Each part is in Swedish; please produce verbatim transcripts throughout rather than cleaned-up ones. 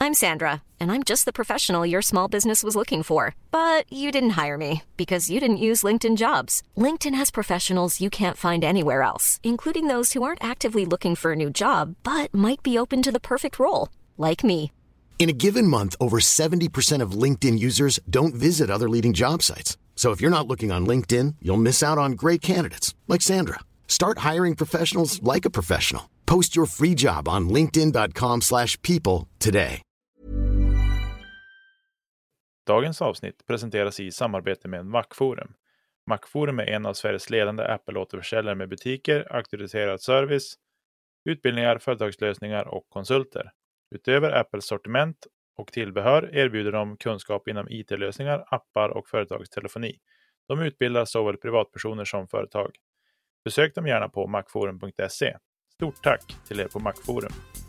I'm Sandra, and I'm just the professional your small business was looking for. But you didn't hire me because you didn't use LinkedIn Jobs. LinkedIn has professionals you can't find anywhere else, including those who aren't actively looking for a new job, but might be open to the perfect role, like me. In a given month, over seventy percent of LinkedIn users don't visit other leading job sites. So if you're not looking on LinkedIn, you'll miss out on great candidates like Sandra. Start hiring professionals like a professional. Post your free job on linkedin dot com slash people today. Dagens avsnitt presenteras i samarbete med Macforum. Macforum är en av Sveriges ledande Apple-återförsäljare med butiker, auktoriserad service, utbildningar, företagslösningar och konsulter. Utöver Apples sortiment och tillbehör erbjuder de kunskap inom I T-lösningar, appar och företagstelefoni. De utbildar såväl privatpersoner som företag. Besök dem gärna på macforum punkt se. Stort tack till er på Macforum.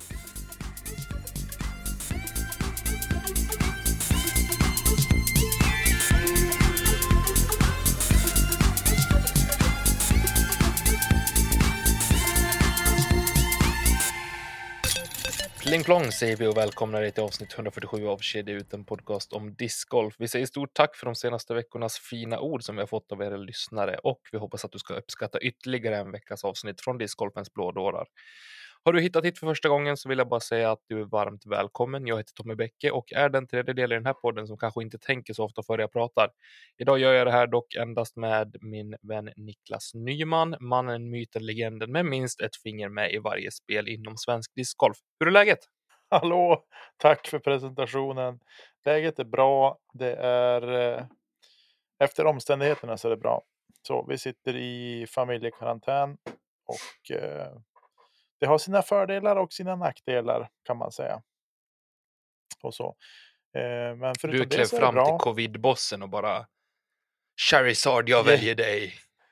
Pling plong säger vi och välkomnar dig till avsnitt hundrafyrtiosju av Kedja ut, en podcast om discgolf. Vi säger stort tack för de senaste veckornas fina ord som vi har fått av era lyssnare och vi hoppas att du ska uppskatta ytterligare en veckas avsnitt från discgolfens blådårar. Har du hittat hit för första gången så vill jag bara säga att du är varmt välkommen. Jag heter Tommy Bäcke och är den tredje delen i den här podden som kanske inte tänker så ofta före jag pratar. Idag gör jag det här dock endast med min vän Niklas Nyman, mannen, myten, legenden med minst ett finger med i varje spel inom svensk discgolf. Hur är läget? Hallå, tack för presentationen. Läget är bra. Det är eh, efter omständigheterna så är det bra. Så vi sitter i familjekarantän och eh, det har sina fördelar och sina nackdelar kan man säga. Och så. Eh, men förutom du klev det så är fram det bra. till covid-bossen och bara Charizard, jag Ge- väljer dig.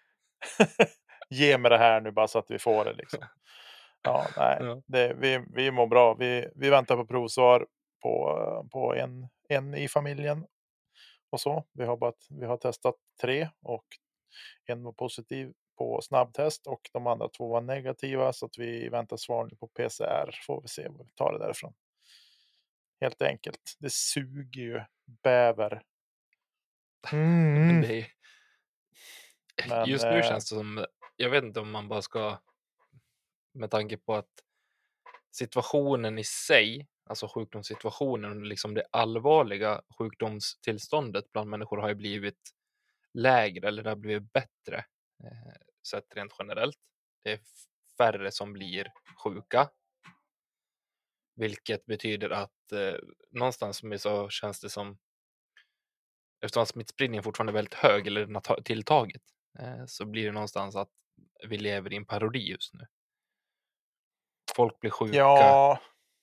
Ge mig det här nu bara så att vi får det liksom. Ja, nej. Ja. Det, vi, vi mår bra. Vi, vi väntar på provsvar på, på en, en i familjen. Och så. Vi har, bara, vi har testat tre och en var positiv på snabbtest och de andra två var negativa, så att vi väntar svar nu på P C R. Får vi se vad vi tar det därifrån. Helt enkelt. Det suger ju bäver. Mm. Men det är... Men, Just nu eh, känns det som, jag vet inte om man bara ska, med tanke på att situationen i sig, alltså sjukdomssituationen, liksom det allvarliga sjukdomstillståndet bland människor har ju blivit lägre, eller det har blivit bättre eh, sett rent generellt. Det är färre som blir sjuka, vilket betyder att eh, någonstans så känns det som, eftersom att smittspridningen fortfarande är väldigt hög, eller den har ta- tilltagit, eh, så blir det någonstans att vi lever i en parodi just nu. Folk blir sjuka. ja,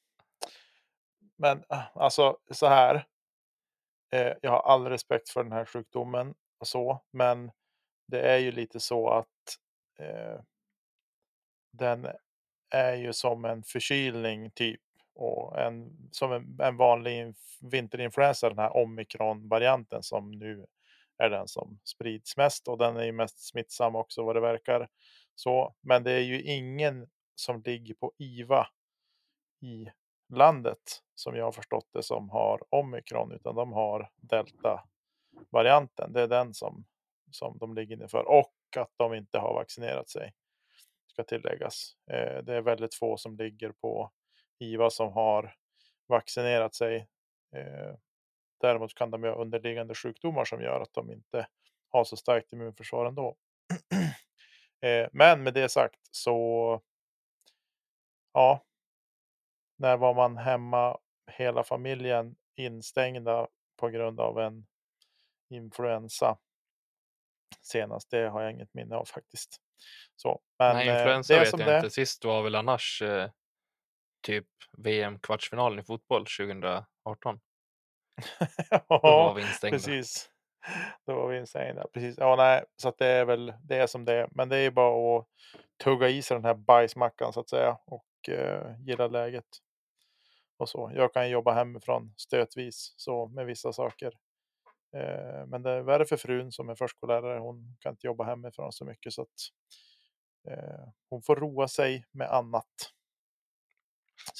men alltså så här. Eh, jag har all respekt för den här sjukdomen och så, men det är ju lite så att eh, den är ju som en förkylning typ, och en, som en, en vanlig inf- vinterinfluensa, den här omikron-varianten som nu är den som sprids mest, och den är ju mest smittsam också vad det verkar. Så, men det är ju ingen som ligger på I V A i landet som jag har förstått det som har omikron, utan de har delta-varianten. Det är den som, som de ligger inne för, och att de inte har vaccinerat sig, ska tilläggas. Eh, det är väldigt få som ligger på I V A som har vaccinerat sig. Eh, däremot kan de ha underliggande sjukdomar som gör att de inte har så starkt immunförsvar ändå. eh, men med det sagt så, ja, när var man hemma hela familjen instängda på grund av en influensa senast? Det har jag inget minne av faktiskt. Så, men Nej, eh, influensa det är vet som jag det. inte. Sist var väl annars eh, typ V M-kvartsfinalen i fotboll tjugo arton. Då var Ja, vi instängda. precis. Då var vi instängda. Precis. Ja, nej, så att det är väl det är som det är. Men det är bara att tugga i sig den här bajsmackan så att säga, och eh, gilla läget. Och så. Jag kan jobba hemifrån stötvis så med vissa saker. Eh, men det är värre för frun som är förskollärare. Hon kan inte jobba hemifrån så mycket, så att eh, hon får roa sig med annat.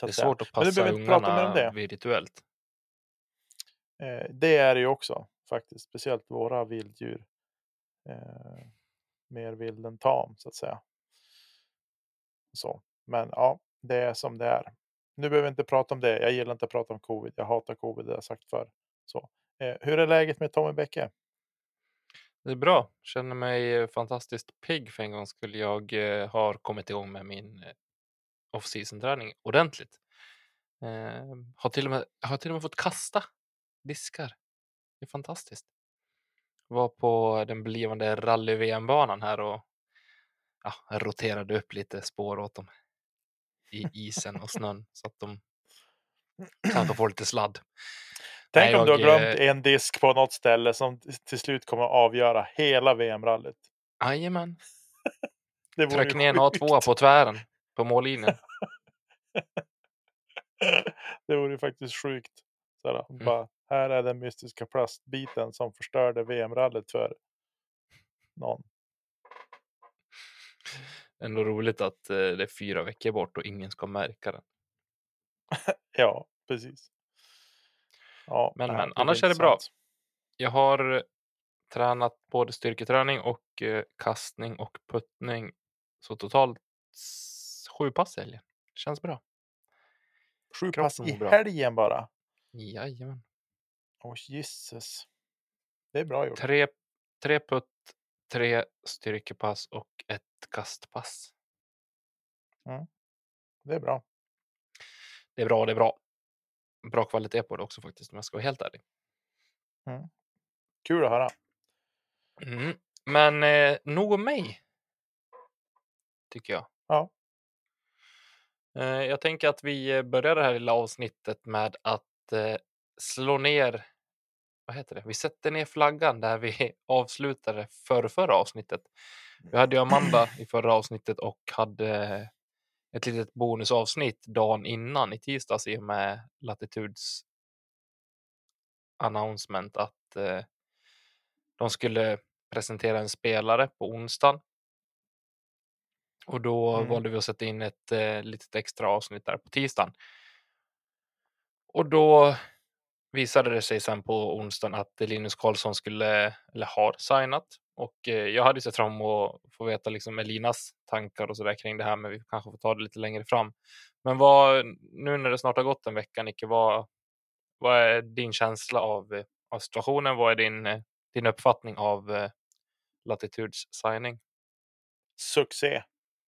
Så Det är att säga. svårt att Men du passa behöver inte prata mer om ungarna det. virtuellt. Eh, det är det ju också faktiskt. Speciellt våra vilddjur. Eh, mer vild än tam så att säga. Så. Men ja, det är som det är. Nu behöver vi inte prata om det. Jag gillar inte att prata om covid. Jag hatar covid, det har jag sagt förr. Så. Eh, hur är läget med Tommy Bäcke? Det är bra. Känner mig eh, fantastiskt pigg för en gång skulle jag eh, har kommit igång med min eh, off-season träning ordentligt. Eh, har till och med har till och med fått kasta diskar. Det är fantastiskt. Var på den blivande rally-V M-banan här och ja, roterade upp lite spår åt dem i isen och snön så att de kanske får lite sladd. Tänk Nej, om du har jag, glömt eh, en disk på något ställe som till slut kommer att avgöra hela V M-rallyt. Jajamän. Det vore Tryck ju ner en A två sjukt. på tvären på mållinjen. Det vore ju faktiskt sjukt. Sådär, Mm. bara, här är den mystiska plastbiten som förstörde V M-rallyt för någon. Ändå roligt att eh, det är fyra veckor bort och ingen ska märka den. Ja, precis. Ja, Men, nej, men det blir annars är det bra. intressant. Jag har tränat både styrketräning och eh, kastning och puttning. Så totalt s- sju pass i helgen. Känns bra. Sju pass Kroppen i mår bra. helgen bara. Jajamän. Åh, Jesus. Det är bra gjort. Tre, tre putt, tre styrkepass och ett kastpass. Mm. Det är bra. Det är bra, det är bra. Bra kvalitet på det också faktiskt om jag ska vara helt ärlig. Mm. Kul att höra. Mm. Men eh, nog om mig. Tycker jag. Ja. Eh, jag tänker att vi börjar det här lilla avsnittet med att eh, slå ner, vad heter det? Vi sätter ner flaggan där vi avslutade för förra avsnittet. Vi hade ju Amanda i förra avsnittet och hade ett litet bonusavsnitt dagen innan i tisdags i och med Latitudes announcement att eh, de skulle presentera en spelare på onsdagen. Och då Mm. valde vi att sätta in ett eh, litet extra avsnitt där på tisdagen. Och då visade det sig sen på onsdagen att Linus Karlsson skulle, eller har signat. Och eh, jag hade sett fram emot att få veta liksom Elinas tankar och sådär kring det här, men vi kanske får ta det lite längre fram. Men vad, nu när det snart har gått en vecka, Nicke, vad, vad är din känsla av, eh, av situationen? Vad är din, eh, din uppfattning av eh, Latitudes signing? Succé.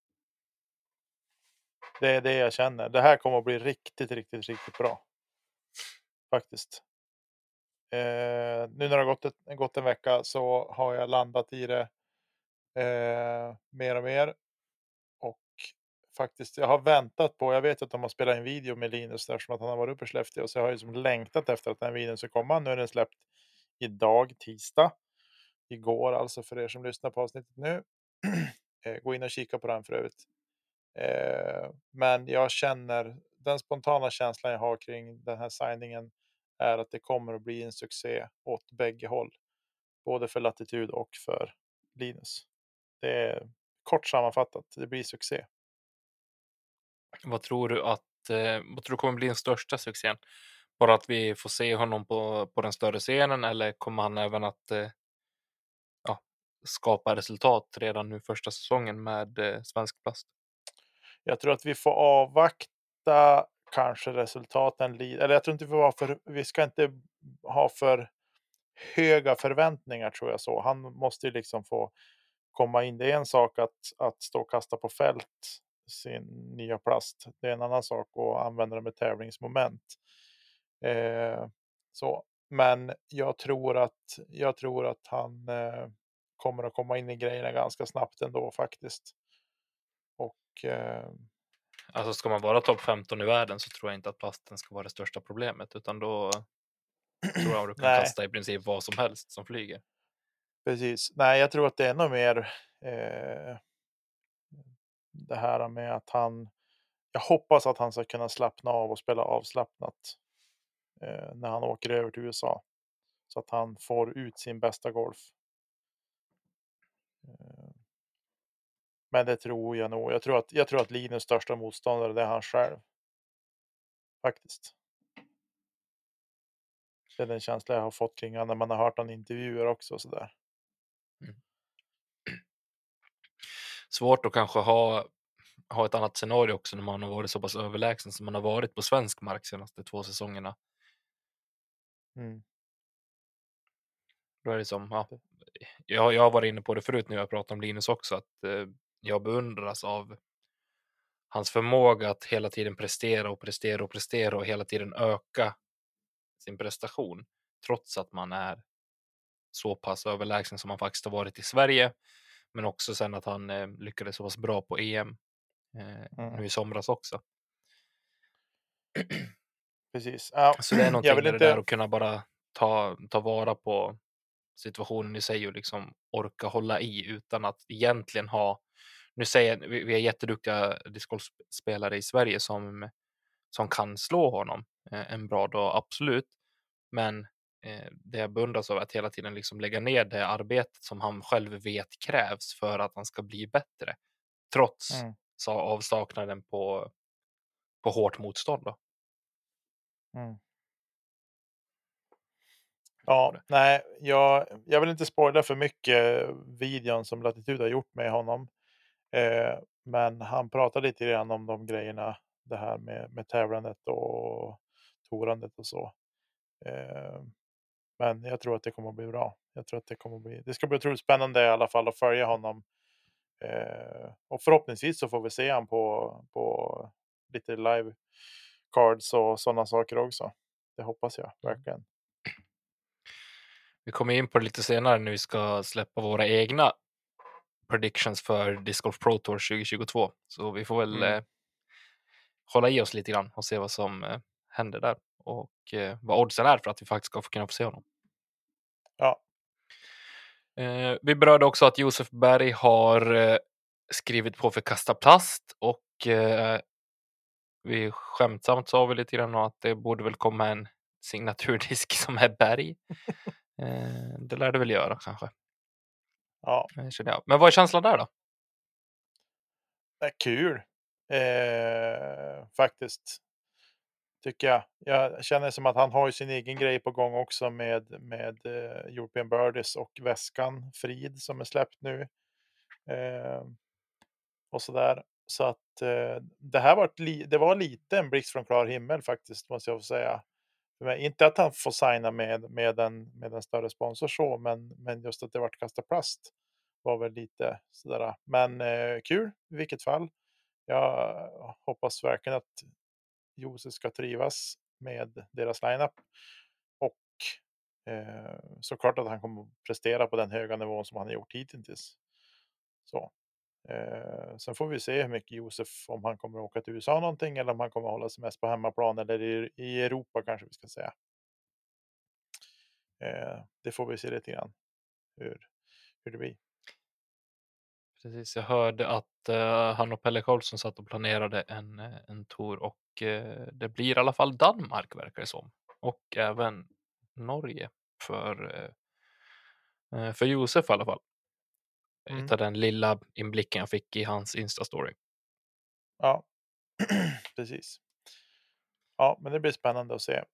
Det är det jag känner. Det här kommer att bli riktigt, riktigt, riktigt bra. Faktiskt. Eh, nu när det har gått, ett, gått en vecka så har jag landat i det eh, mer och mer. Och faktiskt, jag har väntat på, jag vet att de har spelat en video med Linus eftersom att han har varit uppe i Skellefteå. Så jag har ju liksom längtat efter att den videon ska komma. Nu är den släppt idag, tisdag. Igår alltså för er som lyssnar på avsnittet nu. eh, gå in och kika på den för övrigt. Eh, men jag känner, den spontana känslan jag har kring den här signingen är att det kommer att bli en succé åt bägge håll. Både för Latitude och för Linus. Det är kort sammanfattat, det blir succé. Vad tror du att eh, vad tror du kommer bli den största succén? Bara att vi får se honom på, på den större scenen, eller kommer han även att eh, ja, skapa resultat redan nu första säsongen med eh, Svensk Plast? Jag tror att vi får avvakta kanske resultaten. Eller jag tror inte vi får ha för, vi ska inte ha för höga förväntningar tror jag så. Han måste ju liksom få komma in. Det är en sak att, att stå och kasta på fält sin nya plast. Det är en annan sak att använda det med tävlingsmoment. Eh, så. Men jag tror att, jag tror att han eh, kommer att komma in i grejerna ganska snabbt ändå faktiskt. Och eh, Alltså ska man vara topp femton i världen så tror jag inte att plasten ska vara det största problemet, utan då tror jag du kan nej. kasta i princip vad som helst som flyger. Precis. Nej, jag tror att det är nog mer eh, det här med att han, jag hoppas att han ska kunna slappna av och spela avslappnat eh, när han åker över till U S A. Så att han får ut sin bästa golf. Eh, men det tror jag nog. Jag tror att, jag tror att Linus största motståndare det är han själv. faktiskt. Det är den känsla jag har fått kring han när man har hört han intervjuer också och sådär. Mm. Svårt att kanske ha, ha ett annat scenario också när man har varit så pass överlägsen som man har varit på svensk mark senaste två säsongerna. Mm. Då är det som, ja, jag, jag har varit inne på det förut när jag pratade om Linus också, att eh, jag beundras av hans förmåga att hela tiden prestera och prestera och prestera och hela tiden öka sin prestation, trots att man är så pass överlägsen som man faktiskt har varit i Sverige, men också sen att han eh, lyckades så pass bra på E M eh, Mm. nu i somras också. Precis. Ja, Så det är jag någonting vill med inte... det där att kunna bara ta, ta vara på situationen i sig och liksom orka hålla i utan att egentligen ha, nu säger vi, vi är jätteduktiga discgolfspelare i Sverige som, som kan slå honom eh, en bra dag, absolut, men eh, det jag beundras av är att hela tiden liksom lägga ner det arbetet som han själv vet krävs för att han ska bli bättre, trots Mm. så avsaknaden på, på hårt motstånd då. Mm. Ja, nej, jag, jag vill inte spoila för mycket videon som Latitude har gjort med honom. Eh, men han pratar lite grann om de grejerna, det här med, med tävlandet och torandet och så. Eh, men jag tror att det kommer att bli bra. Jag tror att det kommer att bli, det ska bli otroligt spännande i alla fall att följa honom. Eh, och förhoppningsvis så får vi se han på, på lite live cards och sådana saker också. Det hoppas jag verkligen. Vi kommer in på det lite senare när vi ska släppa våra egna predictions för Disc Golf Pro Tour tjugo tjugotvå. Så vi får väl Mm. eh, hålla i oss lite grann och se vad som eh, händer där och eh, vad oddsen är för att vi faktiskt ska få kunna få se honom. Ja. Eh, vi berörde också att Josef Berg har eh, skrivit på för Kasta Plast och eh, vi skämtsamt sa vi lite grann att det borde väl komma en signaturdisk som är Berg. Eh, det lär det väl göra kanske. Ja. Men vad är känslan där då? Det är kul. Eh, faktiskt. Tycker jag. Jag känner som att han har ju sin egen grej på gång också med, med eh, European Birdies och väskan Frid som är släppt nu. Eh, och sådär. Så att eh, det här var, ett li- det var lite en blixt från klar himmel faktiskt, måste jag få säga. Men inte att han får signa med, med, en, med en större sponsor så, men, men just att det vart Kasta Plast var väl lite sådär. Men eh, kul i vilket fall. Jag hoppas verkligen att Josef ska trivas med deras lineup. Och eh, såklart att han kommer att prestera på den höga nivån som han har gjort hittills. Så. Eh, sen får vi se hur mycket Josef, om han kommer att åka till U S A någonting eller om han kommer att hålla sig mest på hemmaplan eller i, i Europa kanske vi ska säga. Eh, det får vi se lite grann hur, hur det blir. Precis, jag hörde att uh, han och Pelle Karlsson satt och planerade en, en tour och uh, det blir i alla fall Danmark verkar det som. Och även Norge för, uh, för Josef i alla fall. Mm. Utav den lilla inblicken jag fick i hans Insta-story. Ja, precis. Ja, men det blir spännande att se.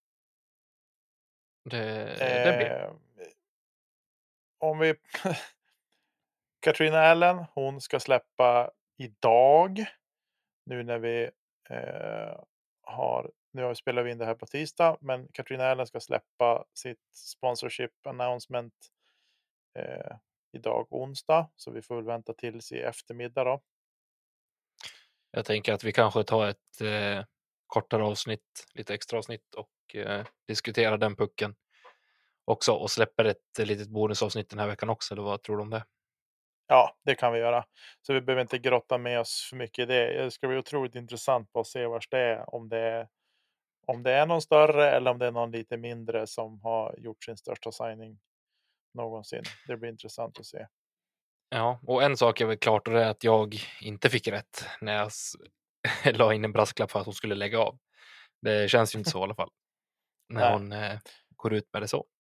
Det, det blir. Eh, om vi... Katrina Allen, hon ska släppa idag. Nu när vi eh, har... Nu har vi spelat in det här på tisdag. Men Katrina Allen ska släppa sitt sponsorship announcement eh, idag onsdag. Så vi får väl vänta tills i eftermiddag då. Jag tänker att vi kanske tar ett eh, kortare avsnitt, lite extra avsnitt och eh, diskuterar den pucken också och släpper ett eh, litet bonusavsnitt den här veckan också, eller vad tror du om det? Ja, det kan vi göra. Så vi behöver inte grotta med oss för mycket i det. Det ska bli otroligt intressant på att se vars det är. Om det är, om det är någon större eller om det är någon lite mindre som har gjort sin största signing någonsin. Det blir intressant att se. Ja, och en sak är väl klart och det är att jag inte fick rätt när jag la in en brasklapp för att hon skulle lägga av. Det känns ju inte så i alla fall. När Nej. hon eh, går ut med det så.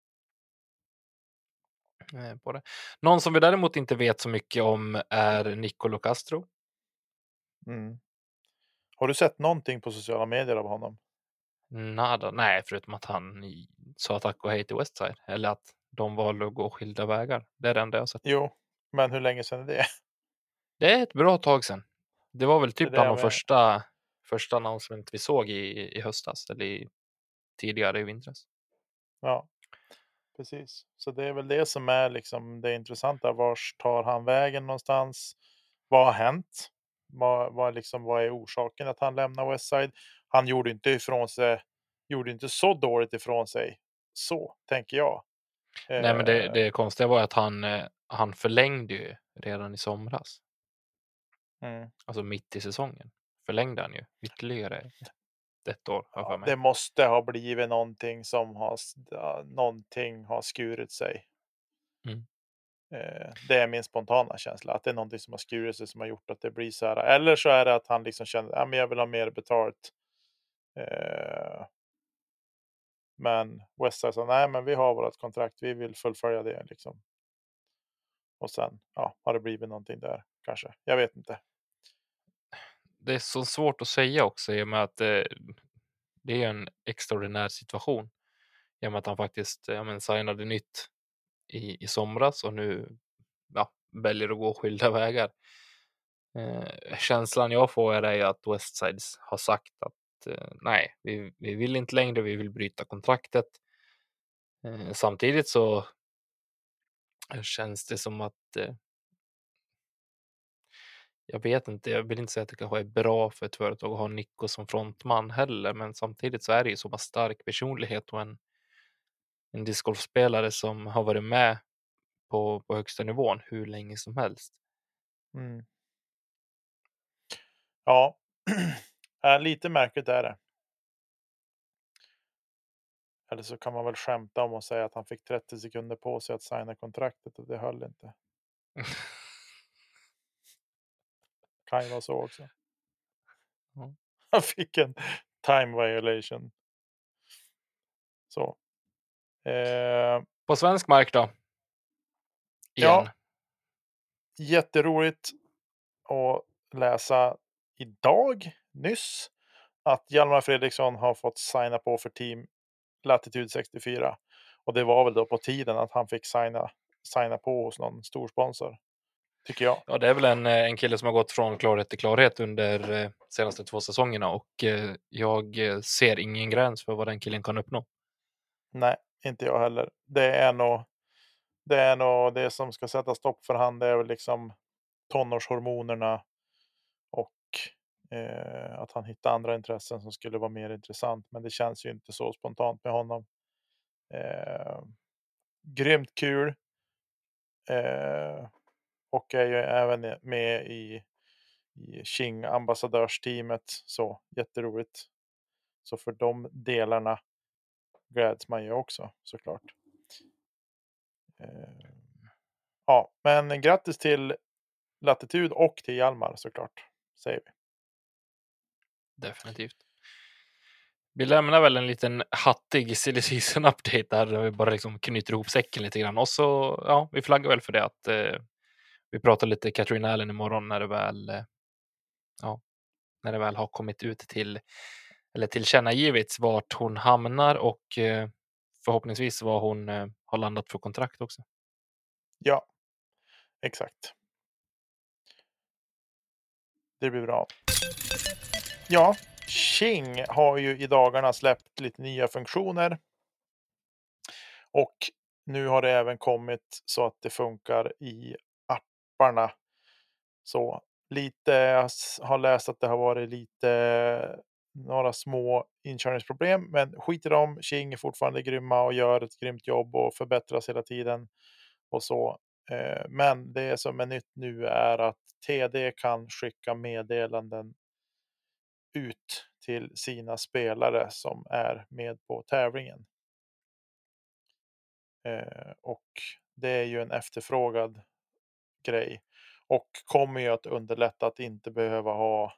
Eh, på det. Någon som vi däremot inte vet så mycket om är Nicolo Castro. Mm. Har du sett någonting på sociala medier av honom? Nada, nej, förutom att han i- sa tack och hej till Westside. Eller att de valde att gå skilda vägar. Det är det enda jag har sett. Jo, men hur länge sedan är det? Det är ett bra tag sedan. Det var väl Det är typ det bland jag de menar. första, första announcement vi såg i, i höstas. Eller i, tidigare i vintras. Ja, precis. Så det är väl det som är liksom det intressanta. Vars tar han vägen någonstans? Vad har hänt? Vad, vad, liksom, vad är orsaken att han lämnar Westside? Han gjorde inte ifrån sig, gjorde inte så dåligt ifrån sig. Så tänker jag. Nej, men det, Eh, det konstiga var att han, eh, han förlängde ju redan i somras. mm. Alltså mitt i säsongen. Förlängde han ju ytterligare ett, ett år. Har jag för Ja, mig. det måste ha blivit någonting som har, s- ja, någonting har skurit sig. Mm. Eh, det är min spontana känsla, att det är någonting som har skurit sig som har gjort att det blir så här. Eller så är det att han liksom känner att ja, jag vill ha mer betalt. Eh, men Westside sa nej, men vi har vårt kontrakt, vi vill fullfölja det liksom. Och sen ja, har det blivit någonting där kanske. Jag vet inte. Det är så svårt att säga också i och med att eh, det är en extraordinär situation. I och med att han faktiskt ja, men, signade nytt i, i somras och nu ja, väljer att gå skilda vägar. Eh, känslan jag får är ju att Westsides har sagt att eh, nej, vi, vi vill inte längre, vi vill bryta kontraktet. Eh, samtidigt så känns det som att eh, jag vet inte, jag vill inte säga att det kanske är bra för ett företag att ha Nico som frontman heller, men samtidigt så är det ju så pass stark personlighet och en, en discgolfspelare som har varit med på, på högsta nivån hur länge som helst. Mm. Ja, äh, lite märkligt är det. Eller så kan man väl skämta om och säga att han fick trettio sekunder på sig att signa kontraktet och det höll inte. Kan ju vara så också. Ja. Han fick en time violation. Så. Eh, På svensk mark då? Igen. ja, jätteroligt att läsa idag, nyss, att Hjalmar Fredriksson har fått signa på för team Latitude sextiofyra. Och det var väl då på tiden att han fick signa, signa på hos någon stor sponsor. Tycker jag. Ja, det är väl en, eh, en kille som har gått från klarhet till klarhet under eh, senaste två säsongerna och eh, jag eh, ser ingen gräns för vad den killen kan uppnå. Nej, inte jag heller. Det är nog det, är nog det som ska sätta stopp för han. Det är väl liksom tonårshormonerna och eh, att han hittar andra intressen som skulle vara mer intressant. Men det känns ju inte så spontant med honom. Eh, grymt kul. Eh, och är ju även med i, i Qing ambassadörsteamet. Så jätteroligt. Så för de delarna gläds man ju också såklart. Eh, ja, men grattis till Latitud och till Hjalmar såklart, säger vi. Definitivt. Vi lämnar väl en liten hattig silly season update där, där vi bara liksom knyter ihop säcken lite grann. Och så, ja, vi flaggar väl för det att eh, vi pratar lite Katrin Allen imorgon när det väl, eh, ja, när det väl har kommit ut till, eller tillkännagivits vart hon hamnar och eh, förhoppningsvis vad hon eh, har landat för kontrakt också. Ja, exakt. Det blir bra. Ja, Qing har ju i dagarna släppt lite nya funktioner. Och nu har det även kommit så att det funkar i apparna. Så lite, jag har läst att det har varit lite några små inkörningsproblem, men skit i dem. Qing är fortfarande grymma och gör ett grymt jobb och förbättras hela tiden och så. Men det som är nytt nu är att T D kan skicka meddelanden ut till sina spelare som är med på tävlingen. Och det är ju en efterfrågad grej och kommer ju att underlätta att inte behöva ha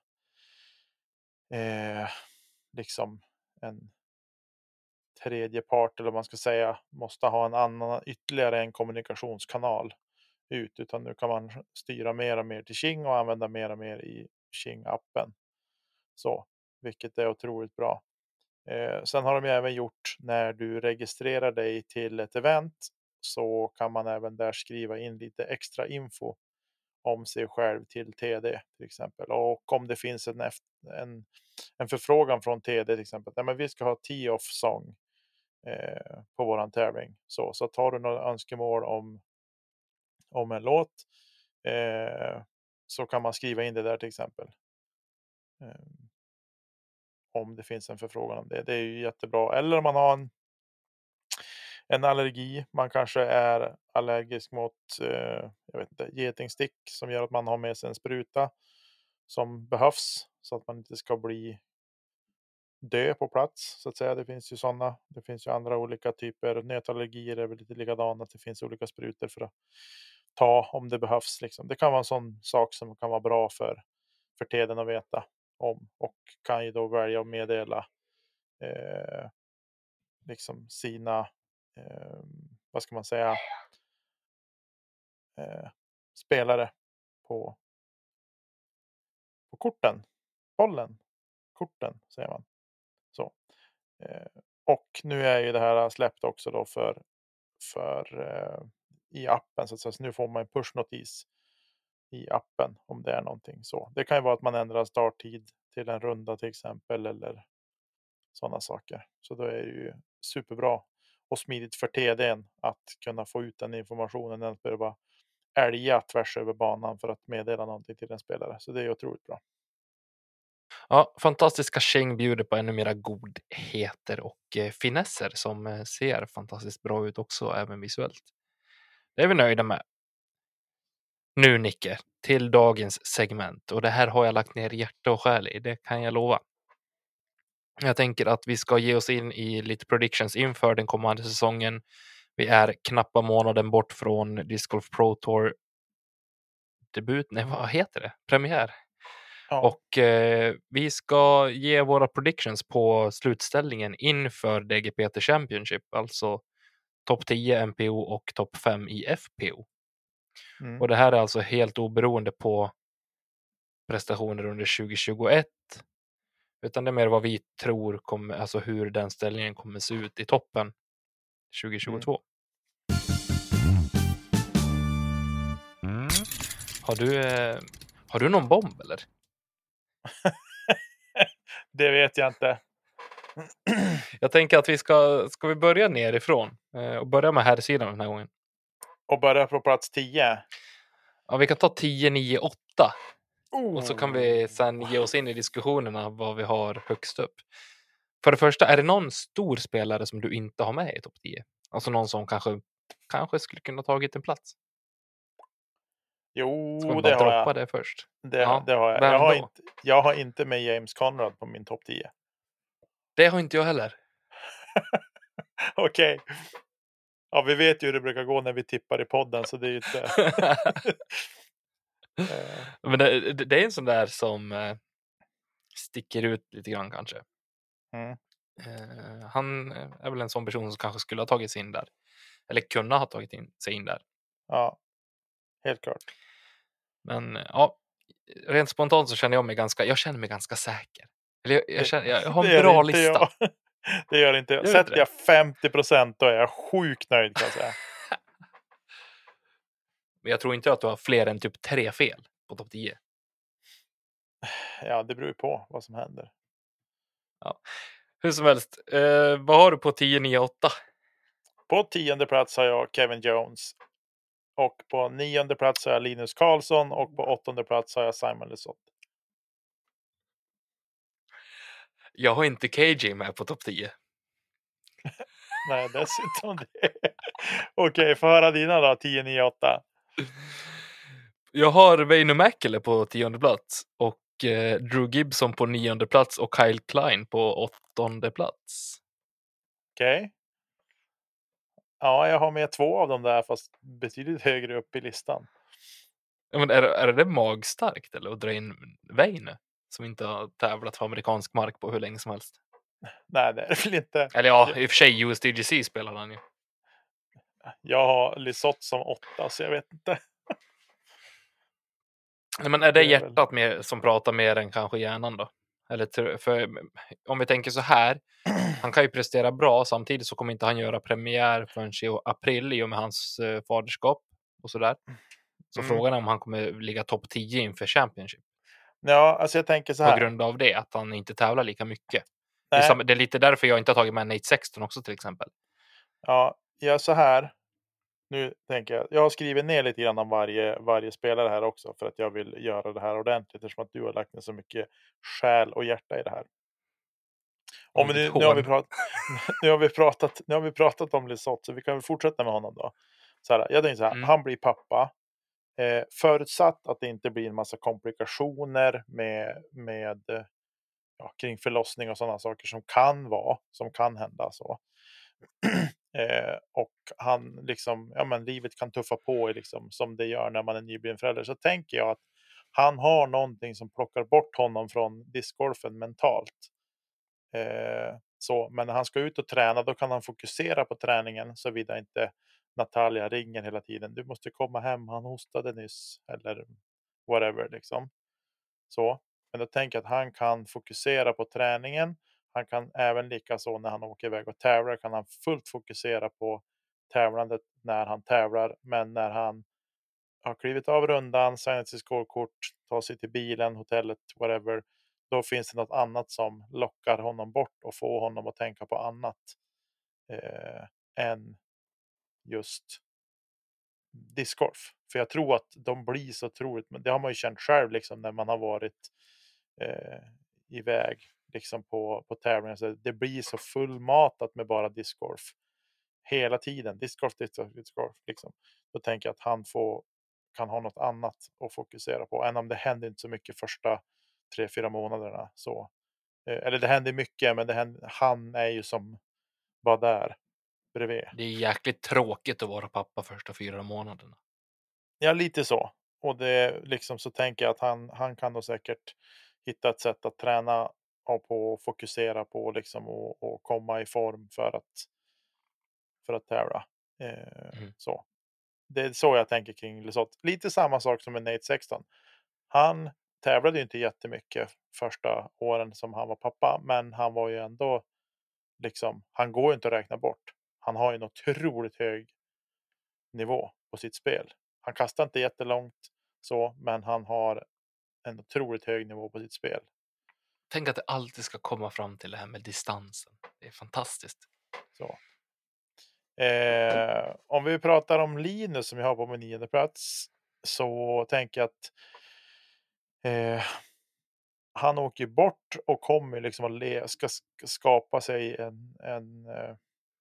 eh, liksom en tredje part, eller vad man ska säga, måste ha en annan, ytterligare en kommunikationskanal ut, utan nu kan man styra mer och mer till Qing och använda mer och mer i Qing-appen. Så, vilket är otroligt bra. Eh, sen har de ju även gjort när du registrerar dig till ett event så kan man även där skriva in lite extra info om sig själv till T D till exempel. Och om det finns en, en, en förfrågan från T D till exempel. Nej, men vi ska ha tee-off song eh, på våran tävling. Så, så tar du några önskemål om, om en låt eh, så kan man skriva in det där till exempel. Eh, om det finns en förfrågan om det. Det är ju jättebra. Eller om man har en En allergi, man kanske är allergisk mot eh, jag vet inte, getingstick som gör att man har med sig en spruta som behövs så att man inte ska bli dö på plats så att säga. Det finns ju sådana. Det finns ju andra olika typer. Nötallergier är väl lite likadant, att det finns olika sprutor för att ta om det behövs. Liksom. Det kan vara en sån sak som kan vara bra för, för T D att veta om och kan ju då välja att meddela eh, liksom sina eh, vad ska man säga eh, spelare på på korten, bollen, korten säger man. Så. Eh, och nu är ju det här släppt också då för för eh, i appen så att säga. Så nu får man en pushnotis i appen om det är någonting så. Det kan ju vara att man ändrar starttid till en runda till exempel eller sådana saker. Så då är det ju superbra och smidigt för T D:n att kunna få ut den informationen än att behöva älga tvärs över banan för att meddela någonting till en spelare. Så det är otroligt bra. Ja, fantastiska Sheng bjuder på ännu mera godheter och eh, finesser som eh, ser fantastiskt bra ut också, även visuellt. Det är vi nöjda med. Nu Nicke, till dagens segment. Och det här har jag lagt ner hjärta och själ i, det kan jag lova. Jag tänker att vi ska ge oss in i lite predictions inför den kommande säsongen. Vi är knappa månaden bort från Disc Golf Pro Tour debut, nej vad heter det? Premiär. Ja. Och eh, vi ska ge våra predictions på slutställningen inför D G P T Championship, alltså topp tio M P O och topp fem i F P O. Mm. Och det här är alltså helt oberoende på prestationer under tjugo tjugoett, utan det är mer vad vi tror kommer, alltså hur den ställningen kommer se ut i toppen tjugo tjugotvå. Mm. Har du eh, har du någon bomb eller? Det vet jag inte. Jag tänker att vi ska ska vi börja nerifrån eh, och börja med här sidan den här gången. Och börja på plats tio. Ja, vi kan ta tio, nio, åtta. Oh. Och så kan vi sen ge oss in i diskussionerna vad vi har högst upp. För det första, är det någon stor spelare som du inte har med i topp tio? Alltså någon som kanske, kanske skulle kunna tagit en plats? Jo, Ska vi det bara har droppa jag. det först? Det, Ja, det har jag. vem Jag har, då? inte, jag har inte med James Conrad på min topp tio. Det har inte jag heller. Okej. Okay. Ja, vi vet ju hur det brukar gå när vi tippar i podden, så det är ju inte... Men det, det är en sån där som eh, sticker ut lite grann kanske. Mm. Eh, han är väl en sån person som kanske skulle ha tagit sig in där. Eller kunna ha tagit in, sig in där. Ja, helt klart. Men ja, rent spontant så känner jag mig ganska, jag känner mig ganska säker. Eller jag, jag, känner, jag har en bra lista. Jag. Det gör inte jag. jag Sätter jag femtio procent då är jag sjukt nöjd kan jag säga. Men jag tror inte att du har fler än typ tre fel på topp tio. Ja, det beror ju på vad som händer. Ja. Hur som helst, eh, vad har du på tio, nio, åtta? På tionde plats har jag Kevin Jones. Och på nionde plats har jag Linus Karlsson. Och på åttonde plats har jag Simon Lesoth. Jag har inte K J med på topp tio. Nej, dessutom det. Okej, okay, för höra dina då, tio, nio, åtta. Jag har Väinö Mäkelä på tionde plats. Och eh, Drew Gibson på nionde plats. Och Kyle Klein på åttonde plats. Okej. Okay. Ja, jag har med två av dem där, fast betydligt högre upp i listan. Ja, men är, är det magstarkt eller att dra in Väinö som inte har tävlat på amerikansk mark på hur länge som helst? Nej, det är det väl inte. Eller ja, i och för sig U S D G C spelar han ju. Jag har Lesoth som åtta, så jag vet inte. Nej, men är det, det är hjärtat väl... med, som pratar mer än kanske hjärnan då? Eller för om vi tänker så här, han kan ju prestera bra, samtidigt så kommer inte han göra premiär förrän i april i och med hans eh, faderskap och sådär. Så Mm. frågan är om han kommer ligga topp tio inför Championship. Ja, alltså jag tänker så På här. grund av det, att han inte tävlar lika mycket. Det är, Nej. samma, det är lite därför jag inte har tagit med Nate Sexton också till exempel. Ja, jag så här. Nu tänker jag, jag har skrivit ner lite grann om varje, varje spelare här också för att jag vill göra det här ordentligt eftersom att du har lagt ner så mycket själ och hjärta i det här. Om vi nu, nu, har vi pratat, nu, har vi pratat, nu har vi pratat om Lizotte, så vi kan väl fortsätta med honom då. Så här, jag tänker så här, Mm. han blir pappa. Eh, förutsatt att det inte blir en massa komplikationer med, med ja, kring förlossning och sådana saker som kan vara, som kan hända så. eh, och han liksom, ja men livet kan tuffa på liksom, som det gör när man är nybliven förälder. Så tänker jag att han har någonting som plockar bort honom från discgolfen mentalt. Eh, så, men när han ska ut och träna, då kan han fokusera på träningen såvida inte Natalia ringer hela tiden. Du måste komma hem, han hostade nyss. Eller whatever liksom. Så. Men då tänker jag att han kan fokusera på träningen. Han kan även lika så när han åker iväg och tävlar kan han fullt fokusera på tävlandet när han tävlar. Men när han har klivit av rundan, signat sitt skålkort, tar sig till bilen, hotellet, whatever. Då finns det något annat som lockar honom bort och får honom att tänka på annat eh, än just discgolf. För jag tror att de blir så otroligt, men det har man ju känt själv liksom när man har varit eh, iväg liksom på, på tävlingar. Så det blir så fullmatat med bara discgolf hela tiden. Discgolf, discgolf, discgolf liksom. Då tänker jag att han får, kan ha något annat att fokusera på. Än om det händer inte så mycket första tre, fyra månaderna. Så. Eh, eller det händer mycket, men det händer, han är ju som var där bredvid. Det är jäkligt tråkigt att vara pappa första fyra månaderna. Ja, lite så. Och det liksom så tänker jag att han, han kan då säkert hitta ett sätt att träna och på fokusera på liksom och, och komma i form för att för att tävla. Eh, Mm. Så. Det är så jag tänker kring Lizotte. Lite samma sak som med Nate Sexton. Han tävlade ju inte jättemycket första åren som han var pappa, men han var ju ändå liksom, han går ju inte att räkna bort. Han har ju en otroligt hög nivå på sitt spel. Han kastar inte jättelångt så, men han har en otroligt hög nivå på sitt spel. Tänk att det alltid ska komma fram till det här med distansen. Det är fantastiskt. Så. Eh, om vi pratar om Linus som jag har på min nionde plats, så tänker jag att eh, han åker bort och kommer liksom att le- ska skapa sig en, en eh,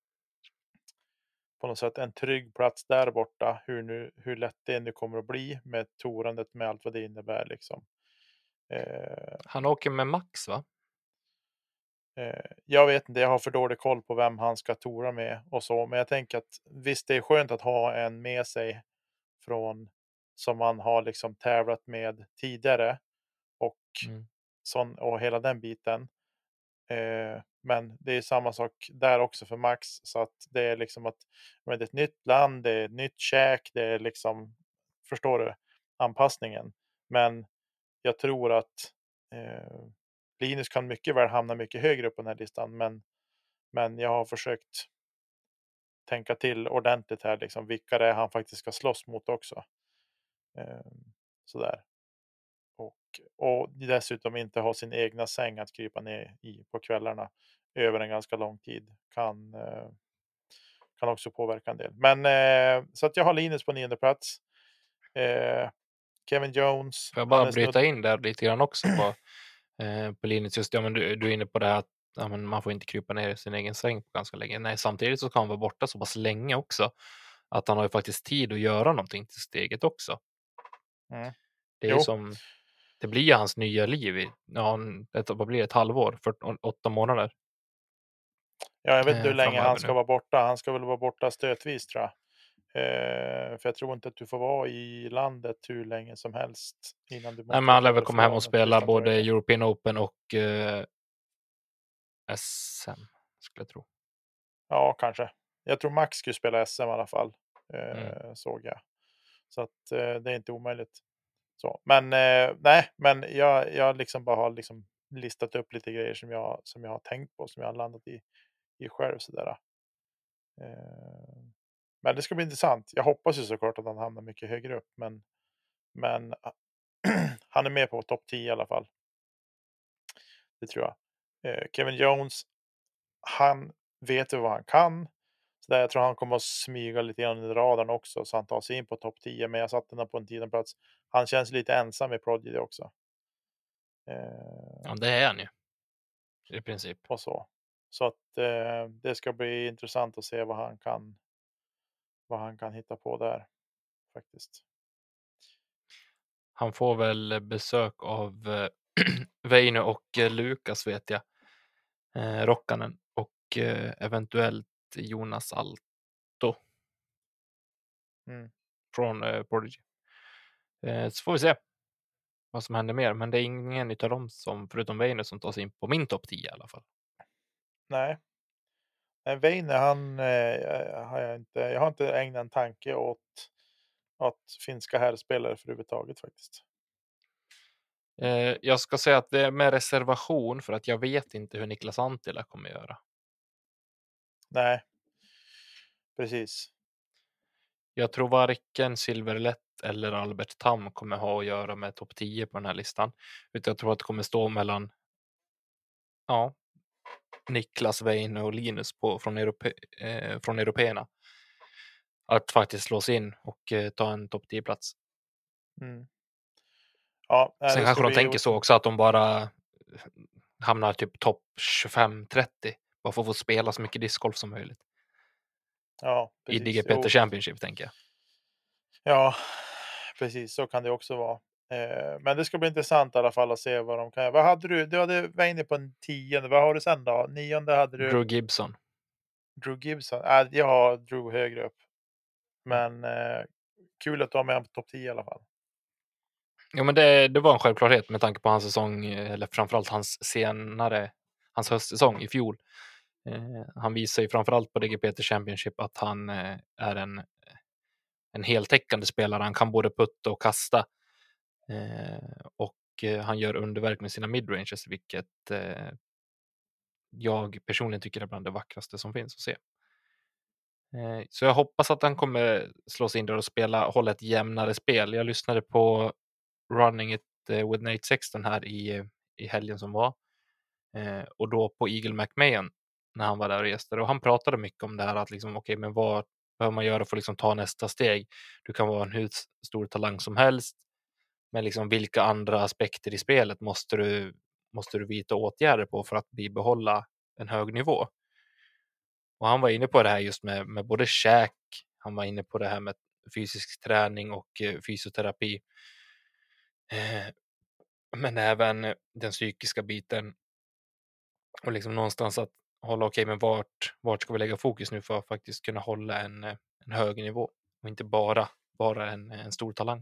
på något sätt en trygg plats där borta. Hur, nu, hur lätt det nu kommer att bli med torandet med allt vad det innebär liksom. Eh, Han åker med Max, va? eh, jag vet inte, jag har för dålig koll på vem han ska tora med och så. Men jag tänker att visst, det är skönt att ha en med sig från som man har liksom tävlat med tidigare och, Mm. sån, och hela den biten. Eh, men det är samma sak där också för Max, så att det är liksom att men det är ett nytt land, det är ett nytt käk, det är liksom, förstår du, anpassningen. Men jag tror att eh, Linus kan mycket väl hamna mycket högre upp på den här listan, men, men jag har försökt tänka till ordentligt här liksom, vilka det är han faktiskt ska slåss mot också. Eh, sådär. Och, och dessutom inte ha sin egna säng att krypa ner i på kvällarna över en ganska lång tid kan, eh, kan också påverka en del. Men eh, så att jag har Linus på nionde plats. Eh, Kevin Jones. Får jag bara han är bryta snudd- in där lite grann också på, eh, på Linus. Just, ja, men du, du är inne på det här att ja, men man får inte krypa ner i sin egen säng på ganska länge. Nej, samtidigt så kan han vara borta så pass länge också att han har ju faktiskt tid att göra någonting till steget också. Mm. Det är Jo. som det blir hans nya liv i ja, ett, vad blir det, ett halvår, för åtta månader. Ja, jag vet inte eh, hur länge framöver han ska nu. vara borta. Han ska väl vara borta stötvis, tror jag. Eh, för jag tror inte att du får vara i landet hur länge som helst innan du måste. Nej, men han lär väl åka komma hem och därifrån spela Tyskland, både tror jag. European Open och eh, S M, skulle jag tro. Ja, kanske. Jag tror Max skulle spela S M i alla fall. Eh, Mm. Såg jag. Så att eh, det är inte omöjligt. Så. Men eh, nej, men jag, jag liksom bara har liksom listat upp lite grejer som jag, som jag har tänkt på, som jag har landat i i själv sådär. Eh, men det ska bli intressant. Jag hoppas ju såklart att han hamnar mycket högre upp, men, men han är med på topp tio i alla fall. Det tror jag. Eh, Kevin Jones, han vet ju vad han kan. Så där, jag tror han kommer att smyga lite grann i radarn också, så han tar sig in på topp tio. Men jag satte den på en tionde plats. Han känns lite ensam i Prodigy också. Eh, Ja, det är han ju. I princip. och så. Så att eh, det ska bli intressant att se vad han kan vad han kan hitta på där faktiskt. Han får väl besök av eh, Väinö och eh, Lukas vet jag. Eh, Rockanen och eh, eventuellt Jonas Alto Mm. från eh, Prodigy. Eh, så får vi se vad som händer mer. Men det är ingen utav dem som, förutom Väinö, som tar sig in på min topp tio i alla fall. Nej. Nej, Väinö, han eh, har jag inte. Jag har inte ägnat en tanke åt åt finska herrspelare för överhuvudtaget faktiskt. Eh, jag ska säga att det är med reservation för att jag vet inte hur Niklas Antila kommer göra. Nej. Precis. Jag tror varken Silverlätt eller Albert Tam kommer ha att göra med topp tio på den här listan. Utan jag tror att det kommer stå mellan ja, Niklas, Väinö och Linus på, från, Europe, eh, från européerna. Att faktiskt slås in och eh, ta en topp tio-plats. Mm. Ja, nej, Sen det kanske ska de bli... tänker så också att de bara hamnar typ topp tjugofem trettio. Bara för att få spela så mycket discgolf som möjligt. Ja, I precis. D G P T Jo. Championship tänker jag. Ja, precis. Så kan det också vara. Eh, men det ska bli intressant i alla fall att se vad de kan. Vad hade du? Du hade var inne på en tionde. Vad har du sen då? Nionde hade du? Drew Gibson. Drew Gibson. Äh, jag har Drew högre upp. Men eh, kul att du har med på topp tio i alla fall. Ja, men det, det var en självklarhet med tanke på hans säsong, eller framförallt hans senare, hans höstsäsong i fjol. Eh, han visar ju framförallt på D G P T Championship att han eh, är en, en heltäckande spelare. Han kan både putta och kasta. Eh, och eh, han gör underverk med sina midranges, vilket eh, jag personligen tycker är bland det vackraste som finns att se. Eh, så jag hoppas att han kommer slå sig in där och spela, hålla ett jämnare spel. Jag lyssnade på Running It with Nate Sexton här i, i helgen som var. Eh, och då på Eagle McMahon när han var där och gästade. Och han pratade mycket om det här att liksom, okej, okay, men vad behöver man göra för att liksom ta nästa steg? Du kan vara en hur stor talang som helst. Men liksom, vilka andra aspekter i spelet måste du, måste du vidta åtgärder på för att bibehålla en hög nivå? Och han var inne på det här just med, med både käk, han var inne på det här med fysisk träning och eh, fysioterapi. Eh, men även den psykiska biten. Och liksom någonstans att hålla okej, okay, men vart, vart ska vi lägga fokus nu för att faktiskt kunna hålla en, en hög nivå och inte bara vara en, en stor talang.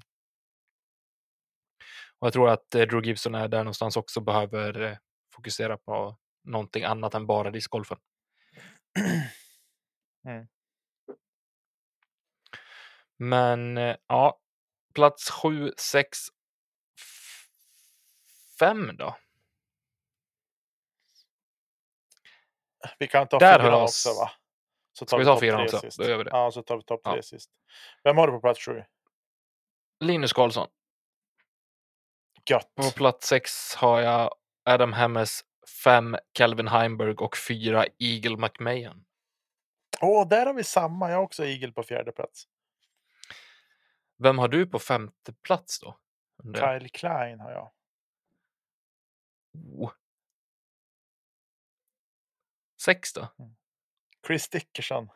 Och jag tror att eh, Drew Gibson är där någonstans också behöver eh, fokusera på någonting annat än bara discgolfen. Mm. Men eh, ja, plats sju, sex, fem då? Vi kan ta Där fyran har också va? Så tar Ska vi vi ta topp fyran tre också? sist. Då gör vi det. Ja, så tar vi topp tre Ja. sist. Vem har du på plats sju? Linus Karlsson. Gött. På plats sex har jag Adam Hammes, fem Calvin Heimberg och fyra Eagle McMahon. Åh, oh, där har vi samma. Jag har också Eagle på fjärde plats. Vem har du på femte plats då? Kyle Klein har jag. Oh. Sex då? Mm. Chris Dickerson.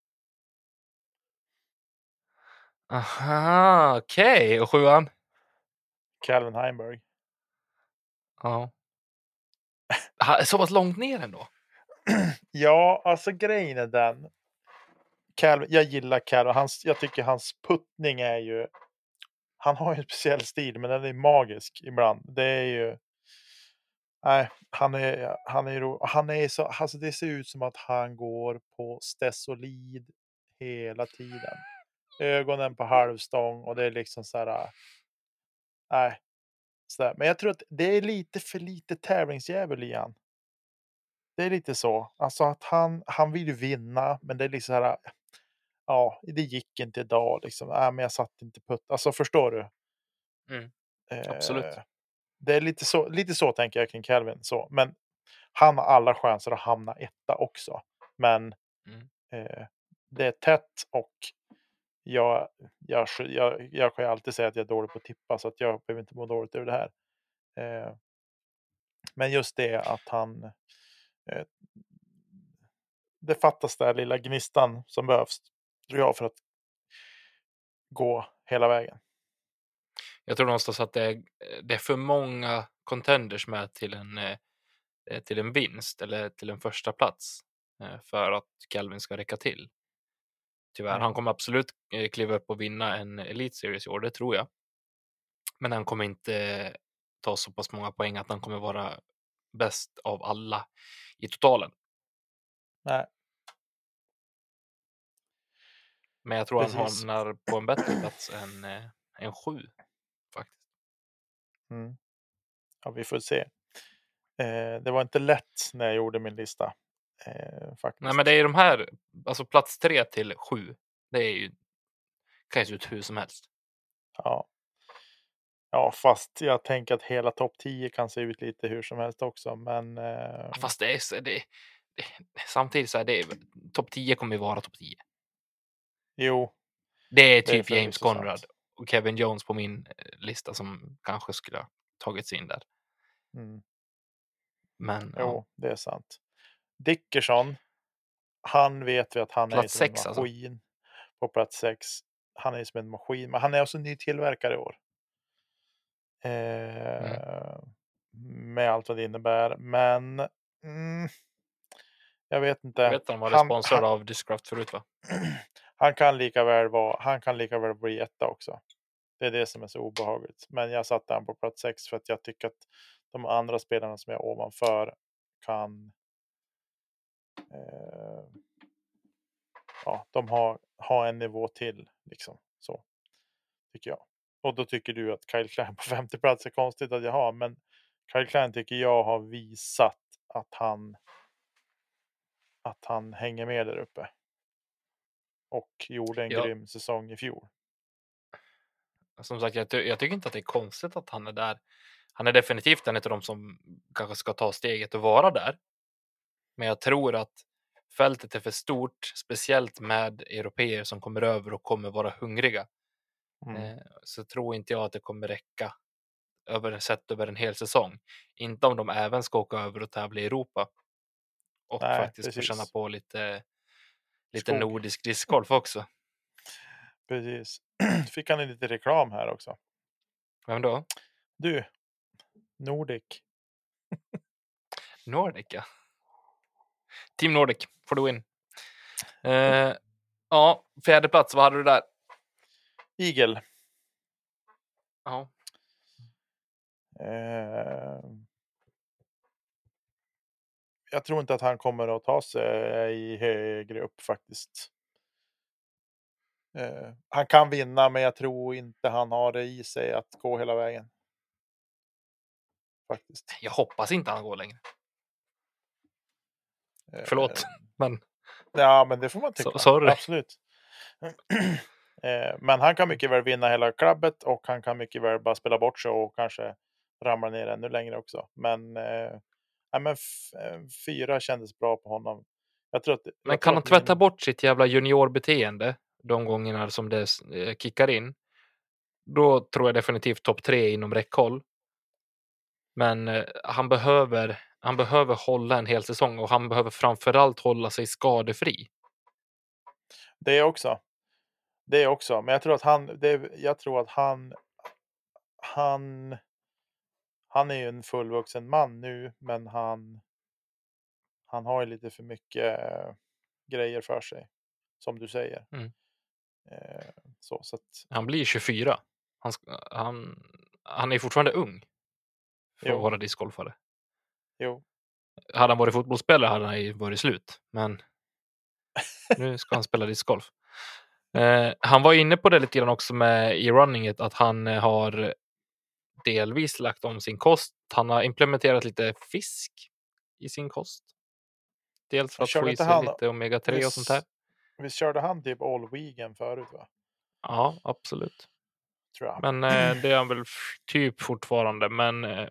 Aha, okej. Okay. Och sjuan? Calvin Heimberg. Ja. Så pass långt ner ändå? Ja, alltså grejen är den. Calvin, jag gillar Calvin. Hans, jag tycker hans puttning är ju... Han har ju en speciell stil, men den är magisk ibland. Det är ju... Nej, han är, han är ro, han är så... Alltså det ser ut som att han går på stesolid hela tiden. Ögonen på halvstång och det är liksom så här... Nej. Så där. Men jag tror att det är lite för lite tävlingsjävel i han. det är lite så. Alltså att han, han vill ju vinna, men det är liksom så här, ja, det gick inte idag liksom. Äh, men jag satt inte putt. Alltså förstår du? Mm. Absolut. Eh, det är lite så, lite så tänker jag kring Calvin. Så. Men han har alla chanser att hamna etta också. Men Mm. eh, det är tätt och jag, jag, jag, jag kan ju alltid säga att jag är dålig på att tippa, så att jag behöver inte må dåligt över det här. Eh, men just det att han eh, det fattas där lilla gnistan som behövs, tror jag, för att gå hela vägen. Jag tror någonstans att det är, det är för många contenders med till en, eh, till en vinst eller till en första plats eh, för att Calvin ska räcka till. Tyvärr, Mm. han kommer absolut eh, kliva upp och vinna en Elite Series i år, det tror jag. Men han kommer inte ta så pass många poäng att han kommer vara bäst av alla i totalen. Nej. Men jag tror Precis. han hamnar på en bättre plats än eh, en sju faktiskt. Mm. Ja, vi får se. Eh, det var inte lätt när jag gjorde min lista. Eh, faktiskt. Nej, men det är de här, alltså plats tre till sju. Det är ju, kan ju se ut hur som helst. Ja. Ja, fast jag tänker att hela topp tio kan se ut lite hur som helst också. Men eh... fast det är, så- det, det, samtidigt så är det, topp tio kommer ju vara topp tio. jo. Det är Det är typ James förvisso Conrad sant. och Kevin Jones på min eh, lista som kanske skulle ha tagits in där. Mm. Men Jo, ja, det är sant. Dickerson, han vet vi att han plats är som en sex alltså. maskin på plats sex. Han är som en maskin, men han är också ny tillverkare i år. Eh, Mm. Med allt vad det innebär. Men mm, jag vet inte. Jag vet att han var han, sponsrad han, av Discraft förut, va? han kan lika väl vara, han kan lika väl bli etta också. Det är det som är så obehagligt. Men jag satte han på plats sex för att jag tycker att de andra spelarna som är ovanför kan eh, ja, de har, har en nivå till liksom, så tycker jag. Och då tycker du att Kyle Klein på femte plats är konstigt att jag har, men Kyle Klein tycker jag har visat att han att han hänger med där uppe och gjorde en Ja. grym säsong i fjol. Som sagt, jag, ty- jag tycker inte att det är konstigt att han är där. Han är definitivt en av de som kanske ska ta steget och vara där. Men jag tror att fältet är för stort, speciellt med europeer som kommer över och kommer vara hungriga. Mm. Eh, så tror inte jag att det kommer räcka över sett över en hel säsong. Inte om de även ska åka över och tävla i Europa. Och Nej, faktiskt få precis. känna på lite, lite Skog. nordisk discgolf också. Precis. Fick han lite reklam här också. Vem då? Du, Nordic. Nordic, ja. Team Nordic, får du in. Eh, ja, fjärde plats, vad hade du där? Eagle. Ja. Eh, jag tror inte att han kommer att ta sig högre upp faktiskt. Eh, han kan vinna, men jag tror inte han har det i sig att gå hela vägen. Faktiskt. Jag hoppas inte han går längre. Eh, Förlåt, men... Ja, men det får man tycka. So- sorry. Absolut. eh, men han kan mycket väl vinna hela klubbet och han kan mycket väl bara spela bort sig och kanske ramla ner ännu längre också. Men, eh, ja, men f- eh, fyra kändes bra på honom. Jag tror att, jag Men tror kan han att tvätta min... bort sitt jävla juniorbeteende de gångerna som det eh, kickar in, då tror jag definitivt topp tre inom räckhåll. Men eh, han behöver han behöver hålla en hel säsong och han behöver framförallt hålla sig skadefri. Det är också. Det är också. Men jag tror att han, det är, jag tror att han, han, han är ju en fullvuxen man nu, men han, han har ju lite för mycket äh, grejer för sig, som du säger. Mm. Eh, så, så att, Han blir tjugofyra. Han, sk- han, han är fortfarande ung för Jo. att vara discgolfare. jo, Hade han varit fotbollsspelare hade han ju varit slut. Men nu ska han spela discgolf. Eh, han var inne på det lite grann också med i runninget, att han eh, har delvis lagt om sin kost. Han har implementerat lite fisk i sin kost. Dels för att Körde få i inte sig han- lite omega tre och sånt där. Vi körde han typ all vegan förut, va? Ja, absolut. Tror jag. Men eh, det är han väl f- typ fortfarande. Men eh,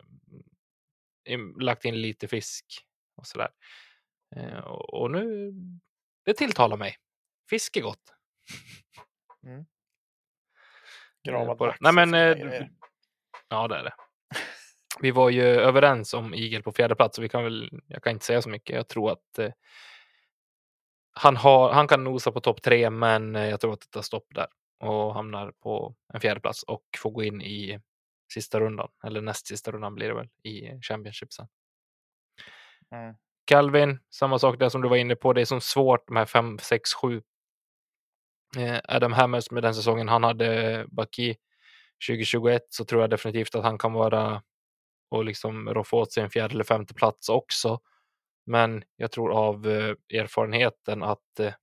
im- lagt in lite fisk och sådär. Eh, och, och nu, det tilltalar mig. Fisk är gott. Mm. Eh, Gravad på det. lax Nej, och men fina eh, grejer. ja, det är det. Vi var ju överens om igel på fjärde plats, och vi kan väl, jag kan inte säga så mycket. Jag tror att eh, han, har, han kan nosa på topp tre, men eh, jag tror att det tar stopp där och hamnar på en fjärde plats och får gå in i sista rundan, eller näst sista rundan blir det väl, i Championship sen. Mm. Calvin, samma sak där som du var inne på. Det är så svårt med fem, sex, sju. Eh, Adam Hammers med den säsongen han hade Baki tjugohundratjugoett, så tror jag definitivt att han kan vara och liksom roffa åt sig en fjärde eller femte plats också. Men jag tror av eh, erfarenheten att eh,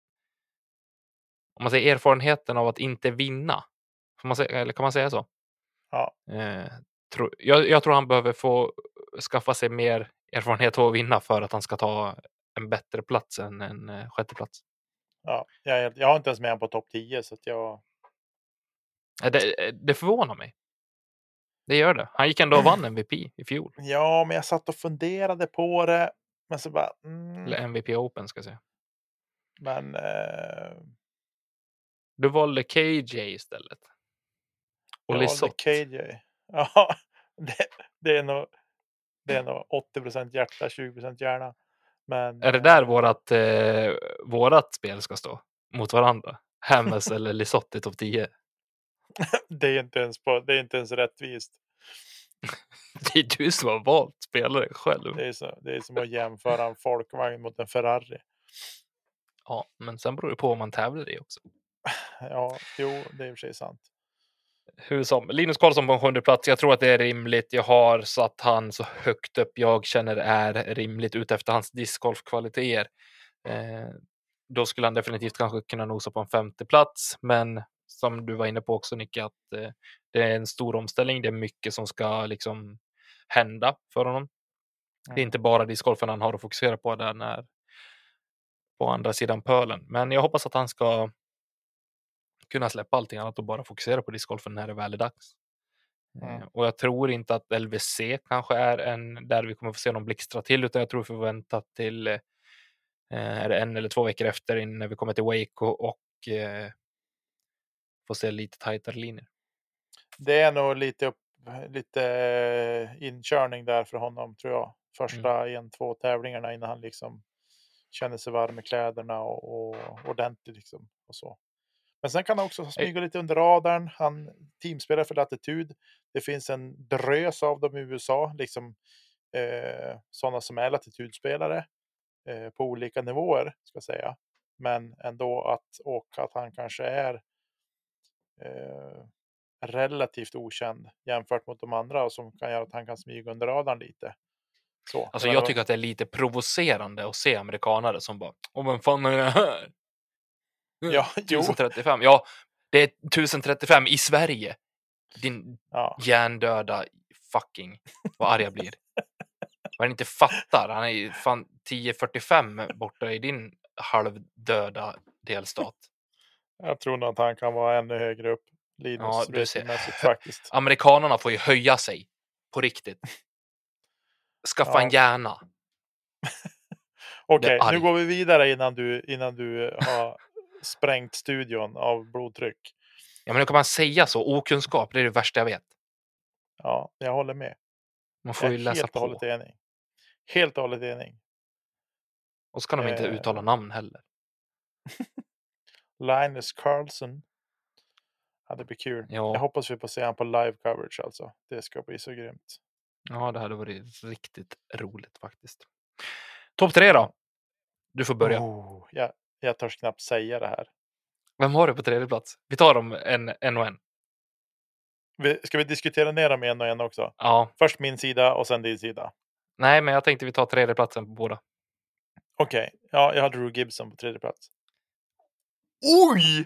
om man säger erfarenheten av att inte vinna, får man säga, eller kan man säga så? Ja. Eh, tro, jag, jag tror han behöver få skaffa sig mer erfarenhet av att vinna för att han ska ta en bättre plats än en eh, sjätte plats. Ja. Jag, är- jag har inte ens med honom på topp tio, så att jag... Eh, Det, det förvånar mig. Det gör det. Han gick ändå och vann M V P i fjol. Ja, men jag satt och funderade på det. Men så bara... Mm, Eller M V P Open ska jag säga. men... Eh, Du valde K J istället. Och jag valde Lisotte. K J. Ja, det, det är nog... Det är nog åttio procent hjärta, tjugo procent hjärna. Men... Är det där vårat, eh, vårat spel ska stå? Mot varandra? Hammers eller Lisotte i topp tio? det, är inte ens på, det är inte ens rättvist. Det är du som har valt spelare själv. Det är, så, det är som att jämföra en folkvagn mot en Ferrari. Ja, men sen beror det på om man tävlar i också. Ja, jo, det är i och för sig sant. Hur som, Linus Karlsson på en sjunde plats. Jag tror att det är rimligt. Jag har satt han så högt upp jag känner är rimligt ut efter hans discgolfkvaliteter. Eh, då skulle han definitivt kanske kunna nosa på en femte plats. Men som du var inne på också, Nicke, att eh, det är en stor omställning. Det är mycket som ska liksom hända för honom. Mm. Det är inte bara discgolfen han har att fokusera på där när på andra sidan pölen. Men jag hoppas att han ska kunna släppa allting annat och bara fokusera på discgolfen när det väl är dags. Mm. Eh, och jag tror inte att L V C kanske är en där vi kommer få se någon blixtra till, utan jag tror vi får vänta till eh, är det en eller två veckor efter innan vi kommer till Waco och eh, får se lite tajtare linjer. Det är nog lite, upp, lite eh, inkörning där för honom, tror jag. Första Mm. en, två tävlingarna innan han liksom känner sig varm i kläderna och, och ordentligt liksom och så. Men sen kan han också smyga lite under radarn. Han teamspelar för Latitude. Det finns en drös av dem i U S A, liksom eh, sådana som är Latitude-spelare eh, på olika nivåer, ska jag säga. Men ändå att, och att han kanske är eh, relativt okänd jämfört mot de andra, och som kan göra att han kan smyga under radarn lite. Så. Alltså Men jag det- tycker att det är lite provocerande att se amerikanare som bara, åh, vem fan är det här? Ja, jo. tusen trettiofem. Ja, det är tusen trettiofem i Sverige. Din Ja. hjärndöda fucking, vad arg jag blir. Vad han inte fattar, han är ju fan tio fyrtiofem borta i din halvdöda delstat. Jag tror nog att han kan vara ännu högre upp. Linus, Ja, du ser. ratingmässigt faktiskt. Amerikanerna får ju höja sig på riktigt. Skaffa Ja. en hjärna. Okej, Det är arg. nu går vi vidare innan du, innan du har sprängt studion av blodtryck. Ja, men hur kan man säga så? Okunskap, det är det värsta jag vet. Ja, jag håller med. Man får Jag ju är läsa helt och hållet på. enig. Helt och hållet enig. Och så kan de inte Eh. uttala namn heller. Linus Carlson. Ja, det blir kul. Ja. Jag hoppas vi får se han på live coverage alltså. Det ska bli så grymt. Ja, det hade varit riktigt roligt faktiskt. Topp tre då? Du får börja. Oh, jag, jag törs knappt säga det här. Vem har du på tredje plats? Vi tar dem en, en och en. Vi, ska vi diskutera ner dem en och en också? Ja. Först min sida och sen din sida. Nej, men jag tänkte vi tar tredje platsen på båda. Okej, okay. Ja, jag har Drew Gibson på tredje plats. Oj!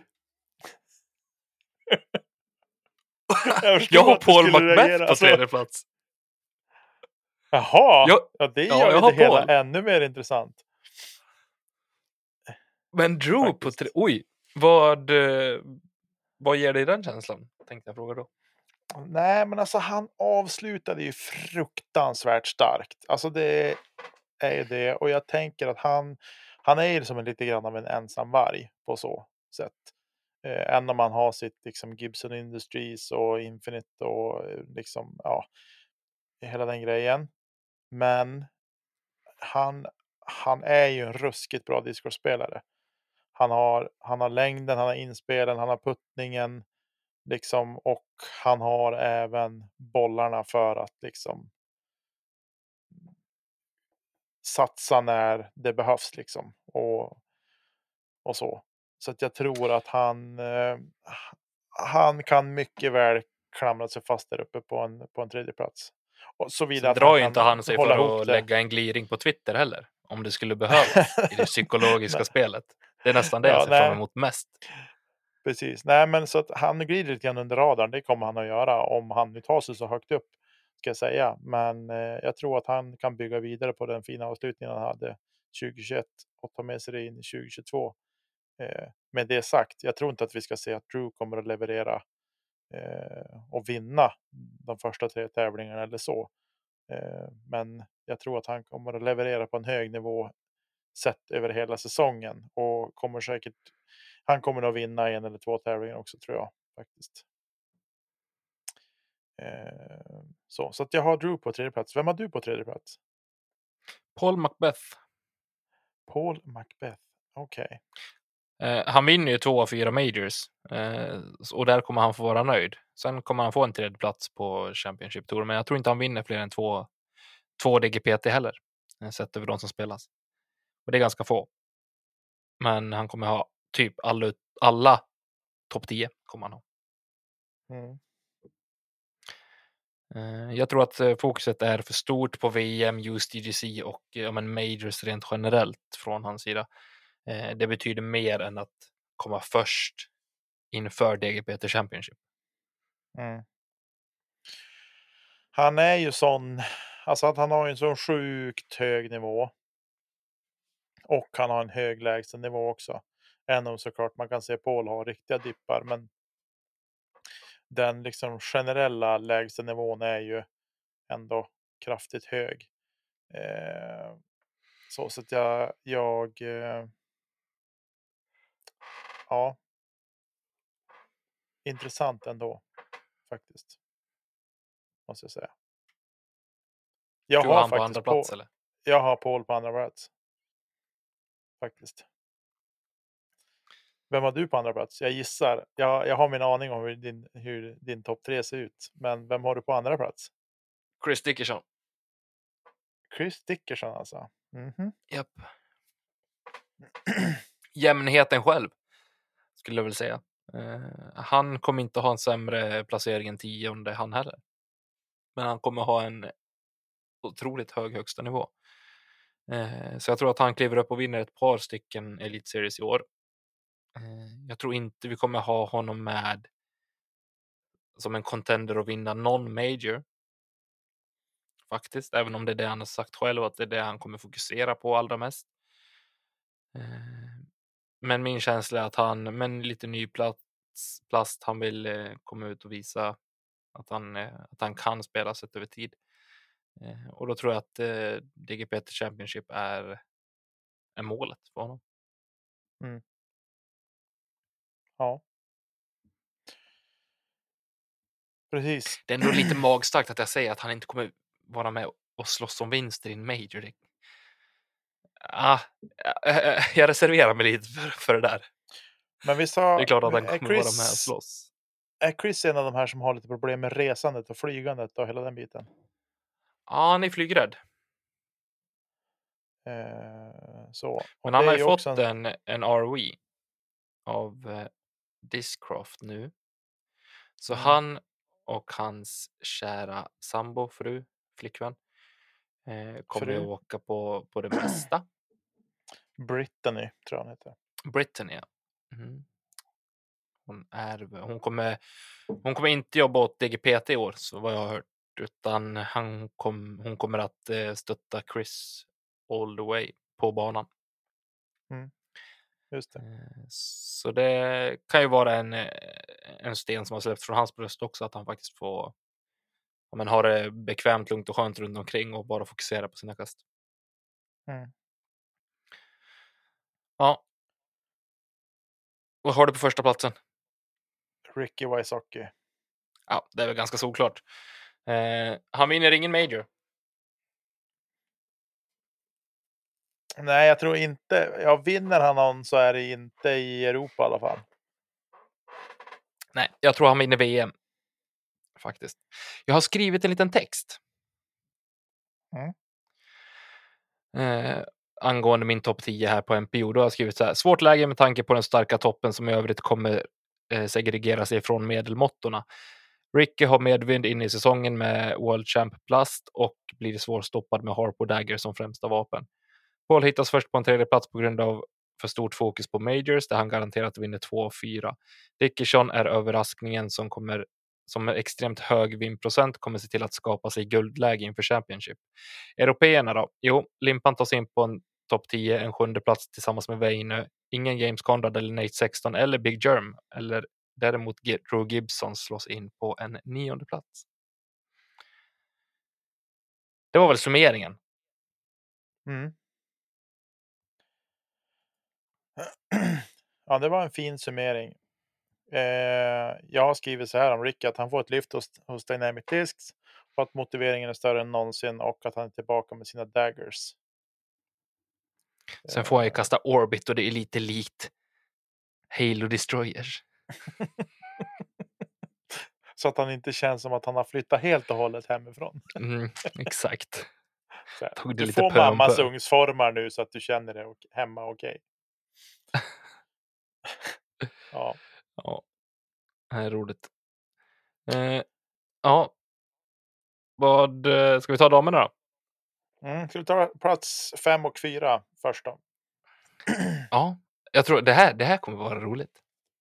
Jag, Jag har att du Paul skulle Macbeth reagera, på alltså. tredje plats. Jaha, Jag- ja, det ja, gör jag ju har det hela Paul. ännu mer intressant. Men Drew Faktiskt. på tre... Oj, vad, eh, vad ger dig den känslan? Tänkte jag fråga då. Nej, men alltså han avslutade ju fruktansvärt starkt. Alltså det är ju det. Och jag tänker att han, han är ju som en lite grann av en ensam varg på så sätt. Eh, än om man har sitt liksom Gibson Industries och Infinite och eh, liksom, ja, hela den grejen. Men han, han är ju en ruskigt bra discgolfspelare. Han har, han har längden, han har inspelen, han har puttningen. Liksom, och han har även bollarna för att liksom satsa när det behövs liksom. Och, och så. Så att jag tror att han eh, han kan mycket väl klamra sig fast där uppe på en, på en tredje plats. Och så vidare. Så drar ju inte han sig hålla för ihop att det. lägga en gliring på Twitter heller. Om det skulle behövas i det psykologiska spelet. Det är nästan det Ja, jag ser nej. fram emot mest. Precis. Nej, men så att han glider lite grann under radarn. Det kommer han att göra om han nu tar sig så högt upp. Ska jag säga. Men eh, jag tror att han kan bygga vidare på den fina avslutningen han hade tjugohundratjugoett och ta med sig det in i tjugohundratjugotvå. Eh, med det sagt, jag tror inte att vi ska se att Drew kommer att leverera eh, och vinna de första tre tävlingarna eller så. Eh, men jag tror att han kommer att leverera på en hög nivå sett över hela säsongen och kommer säkert, han kommer att vinna en eller två tävlingar också tror jag faktiskt. Eh, så så att jag har Drew på tredje plats. Vem har du på tredje plats? Paul Macbeth. Paul Macbeth. Okej. Okay. Eh, han vinner ju två av fyra majors. Eh, och där kommer han få vara nöjd. Sen kommer han få en tredje plats på Championship Tour. Men jag tror inte han vinner fler än två, två D G P T heller. Sett över de som spelas. Och det är ganska få. Men han kommer ha typ alla, alla topp tio kommer han ha. Mm. Eh, jag tror att eh, fokuset är för stort på V M, U S D G C och ja, men majors rent generellt från hans sida. Eh, det betyder mer än att komma först inför D G P T Championship. Mm. Han är ju sån, alltså att han har en sån sjukt hög nivå. Och han har en hög lägstanivå också. Även om såklart man kan se Paul har riktiga dippar, men den liksom generella lägstanivån är ju ändå kraftigt hög. Eh, så så att jag, jag eh, ja, intressant ändå faktiskt. Måste jag säga. Jag du har har han faktiskt på andra plats Paul, eller? jag har Paul på andra plats. Faktiskt. Vem har du på andra plats? Jag gissar. Jag, jag har min aning om hur din, hur din topp tre ser ut. Men vem har du på andra plats? Chris Dickerson. Chris Dickerson alltså. Mm-hmm. Japp. Jämnheten själv skulle jag väl säga. Uh, han kommer inte ha en sämre placering än tionde han heller. Men han kommer ha en otroligt hög högsta nivå. Uh, så jag tror att han kliver upp och vinner ett par stycken Elite Series i år. Uh, jag tror inte vi kommer ha honom med som en contender att vinna någon major. Faktiskt, även om det är det han har sagt själv att det är det han kommer fokusera på allra mest. Men min känsla är att han, men lite ny plats, plast, han vill komma ut och visa att han, att han kan spela sett över tid. Och då tror jag att D G P T Championship är, är målet för honom. Mm. Ja. Precis. Det är ändå lite magstarkt att jag säger att han inte kommer vara med och slåss om vinster i en major. Det... Ah, jag reserverar mig lite för, för det där. Men vi sa, det är klart att han kommer Chris, vara med och slåss. Är Chris en av de här som har lite problem med resandet och flygandet och hela den biten? Ja, han är flygrädd. Eh, så. Men han har ju fått en... en, en R O E av eh, Discraft nu. Så mm. han och hans kära sambo, fru, flickvän eh, kommer fru. att åka på, på det mesta. Brittany tror jag han heter. Brittany, ja. Mm. Hon, är, hon, kommer, hon kommer inte jobba åt D G P T i år, så vad jag har hört. Utan han kom, hon kommer att eh, stötta Chris all the way på banan. Mm. just det. Eh, Så det kan ju vara en, eh, en sten som har släppt från hans bröst också, att han faktiskt får ja, men, ha det bekvämt, lugnt och skönt runt omkring och bara fokusera på sina kast. Mm. Ja. Vad har du på första platsen? Ricky Wysocki. Ja, det är väl ganska såklart. Eh, han vinner ingen major. Nej, jag tror inte. Ja, vinner han någon så är det inte i Europa i alla fall. Nej, jag tror han vinner V M. Faktiskt. Jag har skrivit en liten text. Mm. Eh, angående min topp tio här på M P O. Då har jag skrivit så här: svårt läge med tanke på den starka toppen som i övrigt kommer eh, segregera sig från medelmåttorna. Ricky har medvind in i säsongen med World Champ Plast och blir svårstoppad med Harp och Dagger som främsta vapen. Paul hittas först på en tredje plats på grund av för stort fokus på majors där han garanterat vinner två av fyra. Dickerson är överraskningen som kommer som är extremt hög vinprocent kommer se till att skapa sig guldläge inför Championship. Européerna då? Jo, Limpan tar sig in på en topp tio, en sjunde plats tillsammans med Väinö. Ingen James Conrad eller Nate Sexton eller Big Germ. Eller däremot Drew Gibson slås in på en nionde plats. Det var väl summeringen. Mm. Ja, det var en fin summering. Eh, jag har skrivit så här om Ricky, att han får ett lyft hos, hos Dynamic Discs och att motiveringen är större än någonsin och att han är tillbaka med sina daggers. Sen får jag ju kasta Orbit och det är lite likt Halo Destroyers. Så att han inte känns som att han har flyttat helt och hållet hemifrån. Mm, exakt. Så här, Tog det du lite får pö om mammas pö. ugnsformar nu så att du känner dig ok- hemma okej. Ja. Ja, det här är roligt. Eh, ja, vad eh, ska vi ta damerna då? Mm, ska vi ta plats fem och fyra först då? Ja, jag tror det här, det här kommer vara roligt.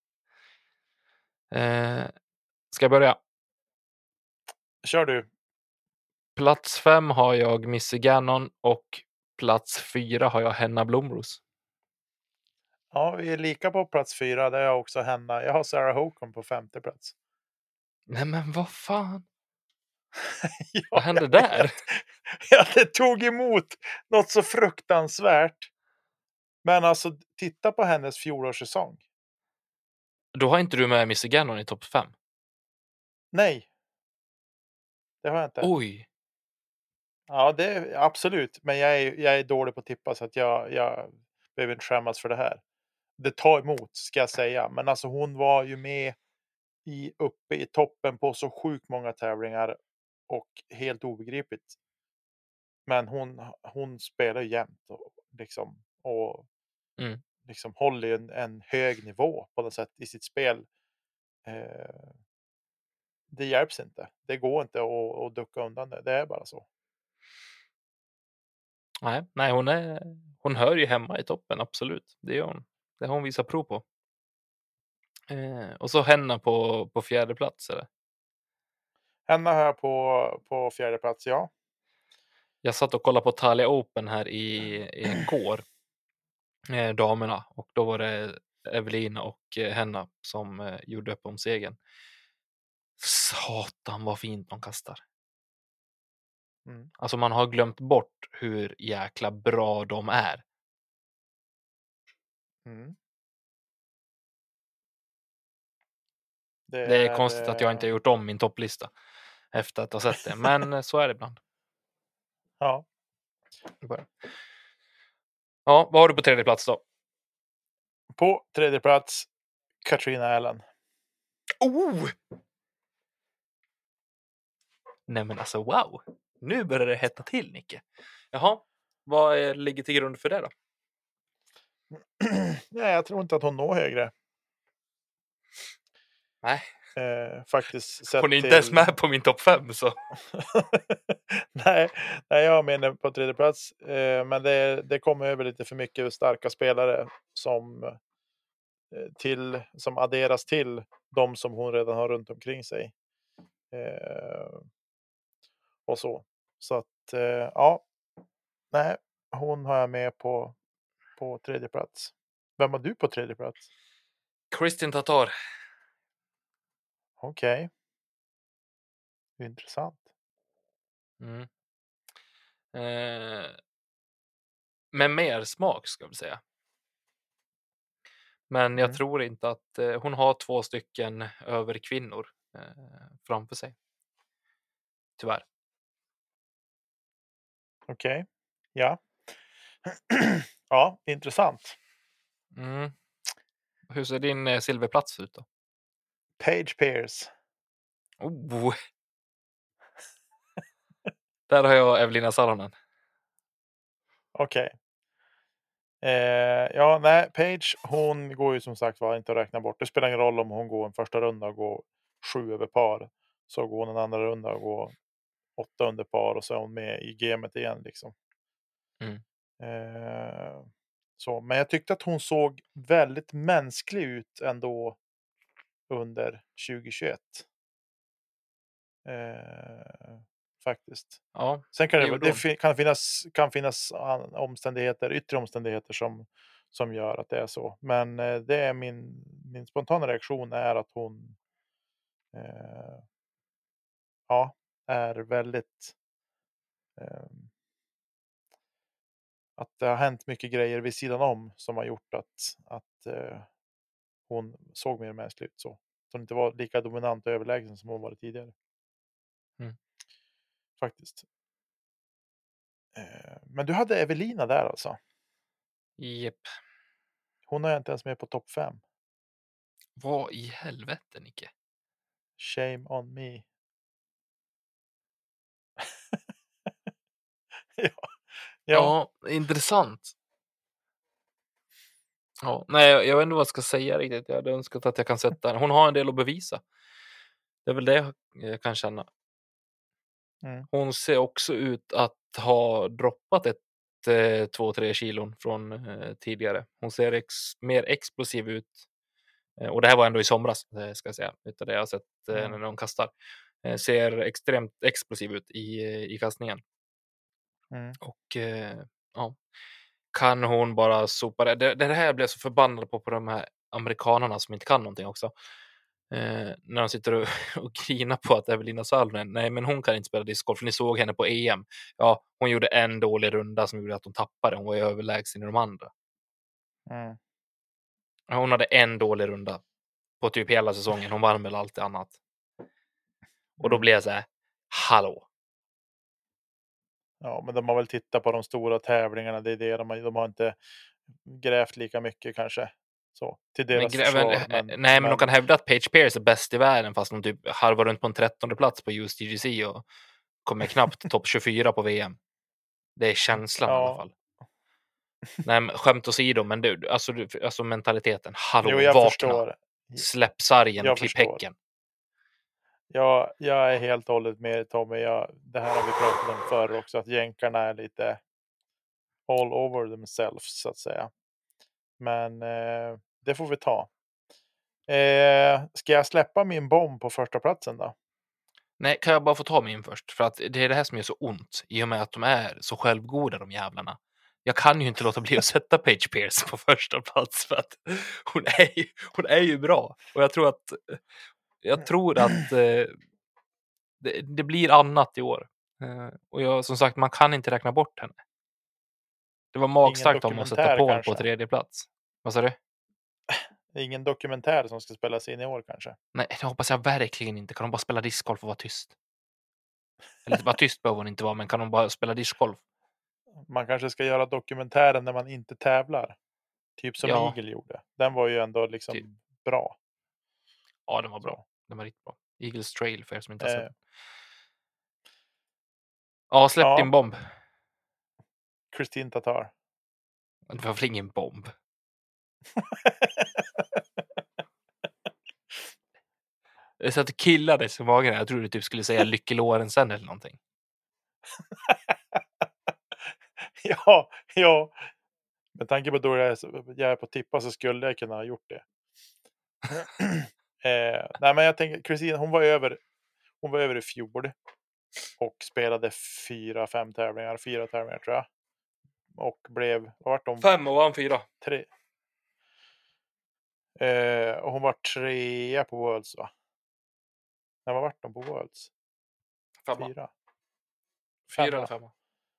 Eh, ska jag börja? Kör du. Plats fem har jag Missy Gannon och plats fyra har jag Henna Blomros. Ja, vi är lika på plats fyra. Där jag också Henna. Jag har Sarah Hokom på femte plats. Nej men vad fan? Ja, Vad hände jag där? vet. Ja, det tog emot något så fruktansvärt. Men alltså, titta på hennes fjolårssäsong. Då har inte du med Missy Gannon i topp fem. Nej. Det har jag inte. Oj. Ja, det är absolut. Men jag är, jag är dålig på att tippa så att jag, jag behöver inte skämmas för det här. Det tar emot, ska jag säga. Men alltså hon var ju med i, uppe i toppen på så sjukt många tävlingar. Och helt obegripligt. Men hon, hon spelar ju jämt. Och, liksom, och Mm. liksom håller en, en hög nivå på något sätt i sitt spel. Eh, det hjälps inte. Det går inte att, att ducka undan det. Det är bara så. Nej, nej hon, är, hon hör ju hemma i toppen, absolut. Det gör hon. Det har hon visat prov på. Eh, och så Henna på, på fjärde plats, eller? Henna här på, på fjärde plats, ja. Jag satt och kollade på Thalia Open här i, i går. Eh, damerna. Och då var det Evelina och eh, Henna som eh, gjorde upp om segern. Satan vad fint de kastar. Mm. Alltså man har glömt bort hur jäkla bra de är. Mm. Det är, det är konstigt att jag inte har gjort om min topplista efter att ha sett det. Men så är det ibland. Ja. Ja, vad har du på tredje plats då? På tredje plats, Katrina Allen. Oh! Nej men alltså wow. Nu börjar det hetta till, Nicke. Jaha, vad är, ligger till grund för det då? Nej, jag tror inte att hon når högre. Nej. Eh, faktiskt sett Hon är inte till... ens med på min topp fem så. nej, nej, jag menar på tredje plats. Eh, men det, det kommer över lite för mycket starka spelare som, eh, till, som adderas till de som hon redan har runt omkring sig. Eh, och så. Så att, eh, ja. Nej, hon har jag med på, på tredje plats. Vem har du på tredje plats? Kristin Tatar. Okej. Okay. Intressant. Mm. Eh, med mer smak ska vi säga. Men jag Mm. tror inte att eh, hon har två stycken överkvinnor eh, framför sig. Tyvärr. Okej. Okay. Ja. Ja, intressant. Mm. Hur ser din eh, silverplats ut då? Paige Pierce. Oh. Där har jag Evelina Salonen. Okej. Okay. Eh, ja, nej, Paige, hon går ju som sagt var inte att räkna bort. Det spelar ingen roll om hon går en första runda och går sju över par. Så går hon en andra runda och går åtta under par och så är hon med i gamet igen liksom. Mm. Eh, så, men jag tyckte att hon såg väldigt mänsklig ut ändå under tjugohundratjugoett. Eh, faktiskt. Ja, Sen kan det, det, det kan finnas, kan finnas omständigheter, yttre omständigheter som, som gör att det är så. Men eh, det är min, min spontana reaktion är att hon eh, ja, är väldigt eh, att det har hänt mycket grejer vid sidan om som har gjort att, att eh, hon såg mer mänsklig ut så. Så hon inte var lika dominant och överlägsen som hon varit tidigare. Mm. Faktiskt. Eh, men du hade Evelina där alltså? Jep. Hon är inte ens med på topp fem. Vad i helvete, Nicke? Shame on me. ja. Ja. ja, intressant. Ja, nej, jag vet inte vad jag ska säga riktigt. Jag hade önskat att jag kan sätta henne. Hon har en del att bevisa. Det är väl det jag kan känna. Mm. Hon ser också ut att ha droppat ett eh, två tre kilon från eh, tidigare. Hon ser ex mer explosiv ut. Eh, och det här var ändå i somras, eh, ska jag säga. Utav det jag har sett eh, Mm. när de kastar. Eh, ser extremt explosiv ut i, i kastningen. Mm. Och eh, ja, kan hon bara sopa det. Det, det här jag blev så förbannad på på de här amerikanerna som inte kan någonting också. Eh, när de sitter och, och grinar på att Evelina Salonen, nej men hon kan inte spela discgolf, för ni såg henne på E M. Ja, hon gjorde en dålig runda som gjorde att de tappade. Hon var ju överlägsen i de andra. Mm. Hon hade en dålig runda på typ hela säsongen. Hon vann väl allt annat. Och då Mm. blir jag så här, hallå. Ja, men de har väl tittat på de stora tävlingarna. Det är det de har, de har inte grävt lika mycket kanske. Så, till deras Men, försvar. men, Men, nej, men, men de kan hävda att Paige Pierce är bäst i världen fast de typ harvar runt på en trettonde plats på U S D G C och kommer knappt topp tjugofyra på V M. Det är känslan ja. i alla fall. Nej, men, skämt åsido, men du, alltså, alltså mentaliteten. Hallå, jo, jag vakna. förstår. Släpp sargen jag och klipp förstår. häcken. Ja, jag är helt och hållet med Tommy. Jag, det här har vi pratat om förr också. Att jänkarna är lite all over themselves så att säga. Men eh, det får vi ta. Eh, ska jag släppa min bomb på första platsen då? Nej, kan jag bara få ta min först? För att det är det här som är så ont. I och med att de är så självgoda, de jävlarna. Jag kan ju inte låta bli att sätta Paige Pierce på första plats. För att hon är ju, hon är ju bra. Och jag tror att jag tror att eh, det, det blir annat i år. Eh, och jag, som sagt, man kan inte räkna bort henne. Det var magstarkt om att sätta Paul kanske. på tredje plats. Vad sa du? Det är ingen dokumentär som ska spelas in i år kanske. Nej, det hoppas jag verkligen inte. Kan de bara spela discgolf och vara tyst? Eller vara tyst behöver hon inte vara, men kan de bara spela discgolf? Man kanske ska göra dokumentären när man inte tävlar. Typ som Ja. Eagle gjorde. Den var ju ändå liksom Typ. bra. Ja, den var bra. Den var riktigt bra. Eagles Trail för er som inte har Eh. sett den. Ja, släpp Ja. din bomb. Kristin Tatar. Det var väl ingen bomb? Jag satt och killades i magen. Jag trodde du typ skulle säga Lykke Lorentzen eller någonting. ja, ja. Med tanke på då jag är på tippa så skulle jag kunna ha gjort det. eh, nej, men jag tänker, Kristin, hon var över hon var över i fjol och spelade fyra, fem tävlingar, fyra tävlingar tror jag. Och blev, vad vart de? Fem och vann fyra. Tre. Eh, och hon var trea på Worlds, va? Nej, vad vart de på Worlds? Femma. Fyra. Fyra Femma. eller femma.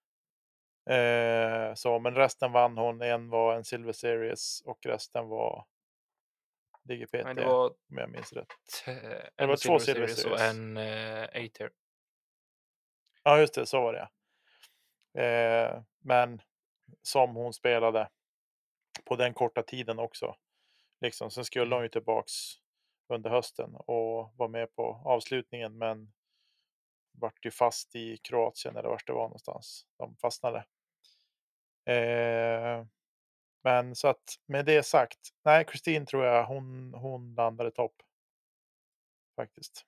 Eh, så, men resten vann hon. En var en Silver Series och resten var D G P T, Nej, det var om jag minns rätt. t- Det en var två Silver Silver Series och Series. en eh, A-tier. Ja, just det, så var det. Eh, men som hon spelade på den korta tiden också. Liksom. Sen skulle Mm. hon ju tillbaks under hösten och var med på avslutningen, men vart ju fast i Kroatien eller vart det var någonstans. De fastnade. Eh, men så att med det sagt, nej, Kristin tror jag hon, hon landade topp. Faktiskt.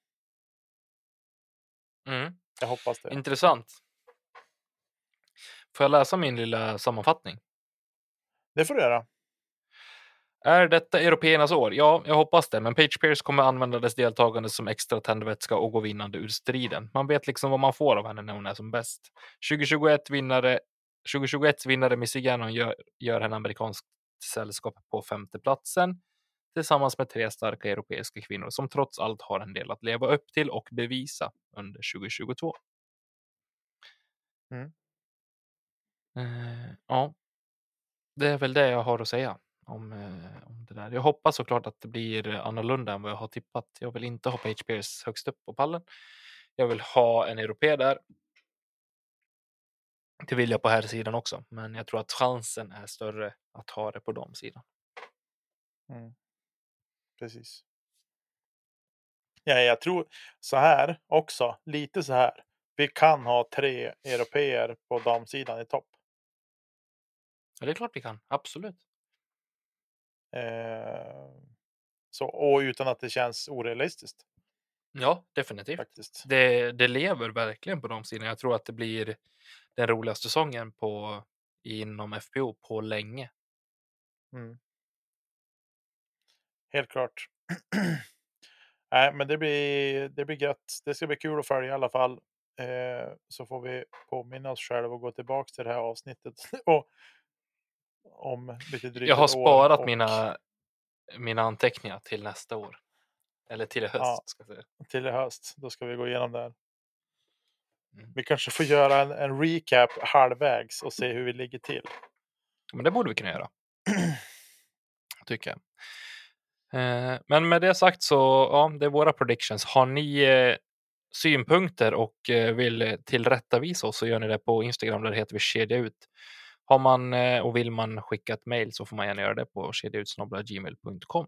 Mm. Jag hoppas det. Intressant. Får jag läsa min lilla sammanfattning? Det får du göra. Är detta européernas år? Ja, jag hoppas det, men Paige Pierce kommer använda dess deltagande som extra tändvätska och gå vinnande ur striden. Man vet liksom vad man får av henne när hon är som bäst. tjugohundratjugoett vinnare, tjugohundratjugoett vinnare Missy Gannon gör, gör henne amerikanskt sällskap på femteplatsen tillsammans med tre starka europeiska kvinnor som trots allt har en del att leva upp till och bevisa under tjugohundratjugotvå. Mm. Uh, ja, det är väl det jag har att säga om, eh, om det där. Jag hoppas såklart att det blir annorlunda än vad jag har tippat. Jag vill inte ha Paige Pierce högst upp på pallen. Jag vill ha en europé där. Det vill jag på här sidan också, men jag tror att chansen är större att ha det på de sidan. Mm. Precis. Ja, jag tror så här också, lite så här. Vi kan ha tre europeer på damsidan i topp. Ja, det är klart vi kan. Absolut. Eh, så, och utan att det känns orealistiskt. Ja, definitivt. Faktiskt. Det, det lever verkligen på de sidorna. Jag tror att det blir den roligaste säsongen på, inom F P O på länge. Mm. Helt klart. Nej, men det blir, det blir gött. Det ska bli kul att följa i alla fall. Eh, så får vi påminna oss själva och gå tillbaka till det här avsnittet. och, om lite drygt Jag har ett år sparat och, mina, mina anteckningar till nästa år. Eller till i höst. Ja, ska jag säga. till i höst. Då ska vi gå igenom det här. Mm. Vi kanske får göra en, en recap halvvägs och se hur vi ligger till. Men det borde vi kunna göra. Tycker jag. Eh, men med det sagt så, ja, det är våra predictions. Har ni eh, synpunkter och eh, vill tillrättavisa oss så gör ni det på Instagram där det heter vi kedja ut. Har man eh, och vill man skicka ett mejl så får man gärna göra det på kedjaut snabel-a gmail punkt com.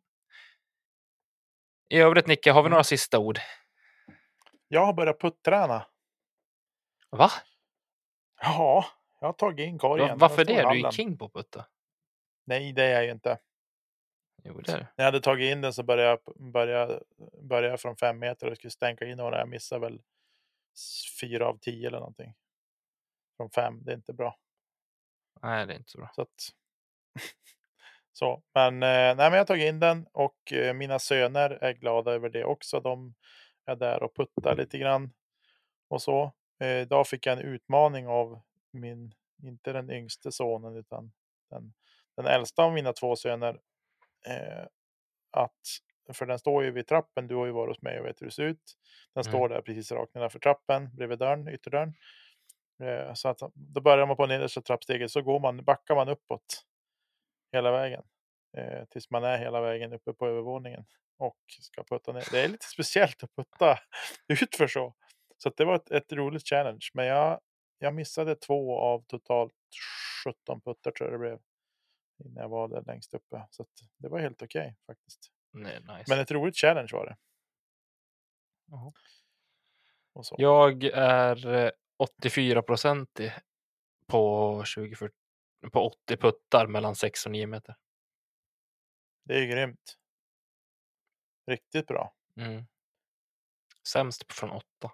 I övrigt, Nicke, har vi Mm. några sista ord? Jag har börjat putträna. Va? Ja, jag har tagit in korgen. Va- varför Den står i det? Du är ju hallen. king på putta. Nej, det är jag ju inte. Jo, det är det. När jag hade tagit in den så började jag börja, börja från fem meter och skulle stänka in och jag missade väl fyra av tio eller någonting. Från fem, det är inte bra. Nej, det är inte så bra. Så att... så, men, eh, nej, men jag har tagit in den och eh, mina söner är glada över det också. De är där och puttar lite grann och så. Eh, idag fick jag en utmaning av min, inte den yngste sonen utan den, den äldsta av mina två söner. Eh, att, för den står ju vid trappen, du har ju varit hos mig och vet hur det ser ut. Den Mm. står där precis rakt nedanför trappen, bredvid dörren, ytterdörren. Eh, så att då börjar man på nedersta trappsteget så går man, backar man uppåt hela vägen. Eh, tills man är hela vägen uppe på övervåningen och ska putta ner. Det är lite speciellt att putta ut för så. Så att det var ett, ett roligt challenge. Men jag, jag missade två av totalt sjutton puttar tror jag det blev. Innan jag var där längst uppe. Så att det var helt okej okay, faktiskt. Nej, nice. Men ett roligt challenge var det. Jaha. Och så. Jag är eh, åttiofyra procent på tjugo fyrtio, på åttio puttar mellan sex och nio meter. Det är ju grymt. Riktigt bra. Mm. Sämst från åtta.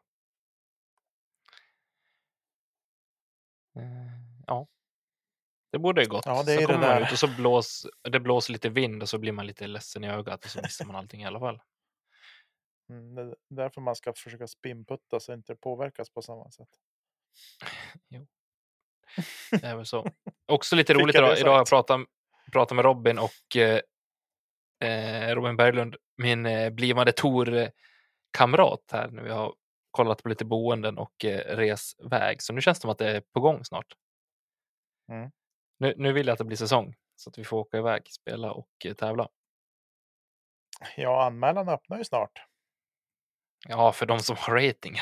Eh, ja. Det borde ju gått. Ja, det är så det kommer man där. ut och så blås, det blåser lite vind och så blir man lite ledsen i ögat och så missar man allting i alla fall. Mm, det är därför man ska försöka spinputta så inte det påverkas på samma sätt. Jo. Det är väl så. Också lite Fick roligt jag det idag. Idag har jag sagt? pratat, pratat med Robin och eh, eh, Robin Berglund, min eh, blivande Tor-kamrat här när vi har kollat på lite boenden och eh, resväg. Så nu känns det som att det är på gång snart. Mm. Nu, nu vill jag att det blir säsong så att vi får åka iväg, spela och eh, tävla. Ja, anmälan öppnar ju snart. Ja, för de som har rating.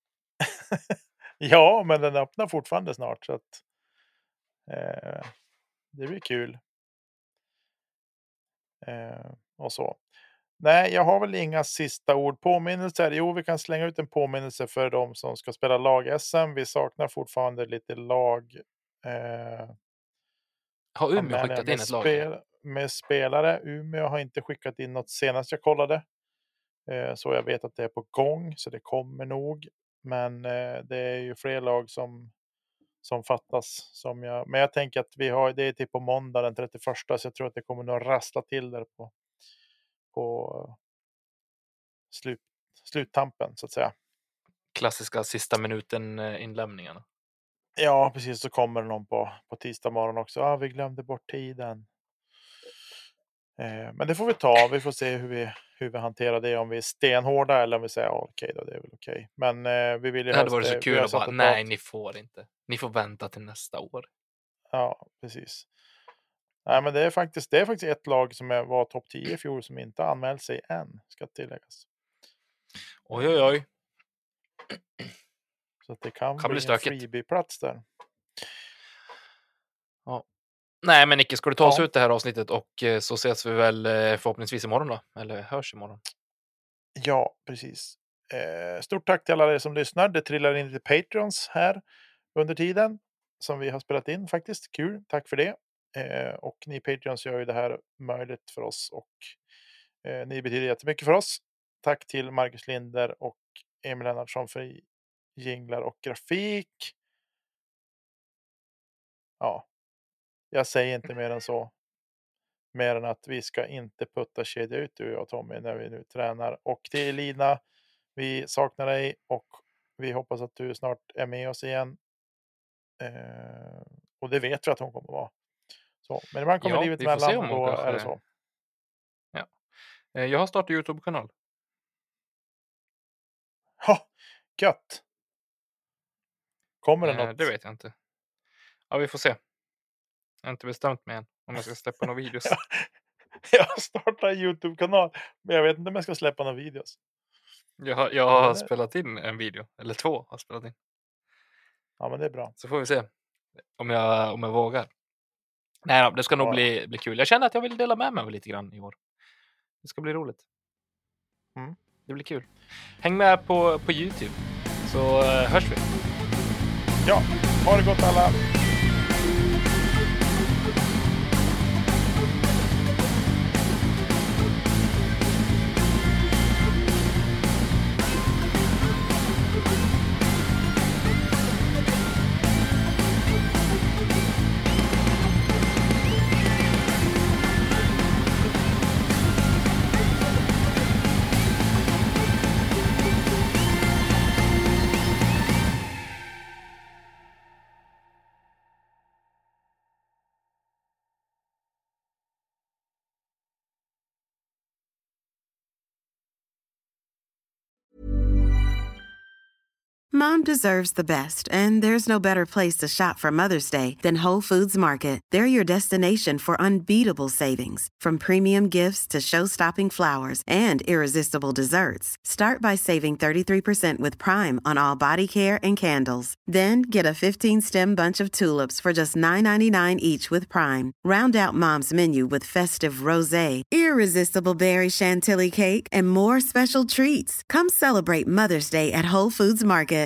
Ja, men den öppnar fortfarande snart så att eh, det blir kul. Eh, och så. Nej, jag har väl inga sista ord. Påminnelser. Jo, vi kan slänga ut en påminnelse för de som ska spela lag-S M. Vi saknar fortfarande lite lag. Eh, Har Umeå anmälningar skickat med in ett lag? spel, med spelare. Umeå har inte skickat in något senast jag kollade. Eh, så jag vet att det är på gång, så det kommer nog. Men eh, det är ju fler lag som, som fattas. Som jag, men jag tänker att vi har, det är typ på måndag den trettioförsta, så jag tror att det kommer nog rassla till där på, på slut, sluttampen så att säga. Klassiska sista minuten inlämningarna. Ja, precis. Så kommer det någon på, på tisdag morgon också. Ah, vi glömde bort tiden. Eh, men det får vi ta. Vi får se hur vi, hur vi hanterar det. Om vi är stenhårda eller om vi säger ah, okej okay, då, det är väl okej. Okay. Men eh, vi vill ju det hade varit så det, kul att bara, nej att... ni får inte. Ni får vänta till nästa år. Ja, precis. Nej, men det är faktiskt, det är faktiskt ett lag som är, var topp tio i fjol som inte anmält sig än, ska tilläggas. Oj, oj, oj. Så att det kan, kan bli, bli en freebie-plats där. Ja. Nej, men Nicke, ska du ta oss ja. ut det här avsnittet och så ses vi väl förhoppningsvis imorgon då? Eller hörs imorgon? Ja, precis. Eh, stort tack till alla er som lyssnar. Det trillar in lite Patreons här under tiden som vi har spelat in faktiskt. Kul, tack för det. Eh, och ni Patreons gör ju det här möjligt för oss och eh, ni betyder jättemycket för oss. Tack till Marcus Linder och Emil Lennartsson för jinglar och grafik. Ja, jag säger inte mer än så. Mer än att vi ska inte putta kedja ut, du och jag Tommy, när vi nu tränar. Och till Elina, vi saknar dig och vi hoppas att du snart är med oss igen. Eh, och det vet vi att hon kommer vara. Så, men ibland kommer ja, livet mellan och då kanske... är det så. Ja. Jag har startat YouTube-kanal. Ha, gött! Kommer det eh, något? Det vet jag inte. Ja, vi får se. Jag har inte bestämt mig än om jag ska släppa några videos. Jag startar en YouTube-kanal, men jag vet inte om jag ska släppa några videos. Jag har, jag har spelat in en video, eller två har spelat in. Ja, men det är bra. Så får vi se om jag, om jag vågar. Nej då, det ska nog ja. bli, bli kul. Jag känner att jag vill dela med mig lite grann i år. Det ska bli roligt. Mm. Det blir kul. Häng med på, på YouTube, så uh, hörs vi. Ja, ha det gott alla. Mom deserves the best, and there's no better place to shop for Mother's Day than Whole Foods Market. They're your destination for unbeatable savings, from premium gifts to show-stopping flowers and irresistible desserts. Start by saving thirty-three percent with Prime on all body care and candles. Then get a fifteen-stem bunch of tulips for just nine ninety-nine each with Prime. Round out Mom's menu with festive rosé, irresistible berry chantilly cake, and more special treats. Come celebrate Mother's Day at Whole Foods Market.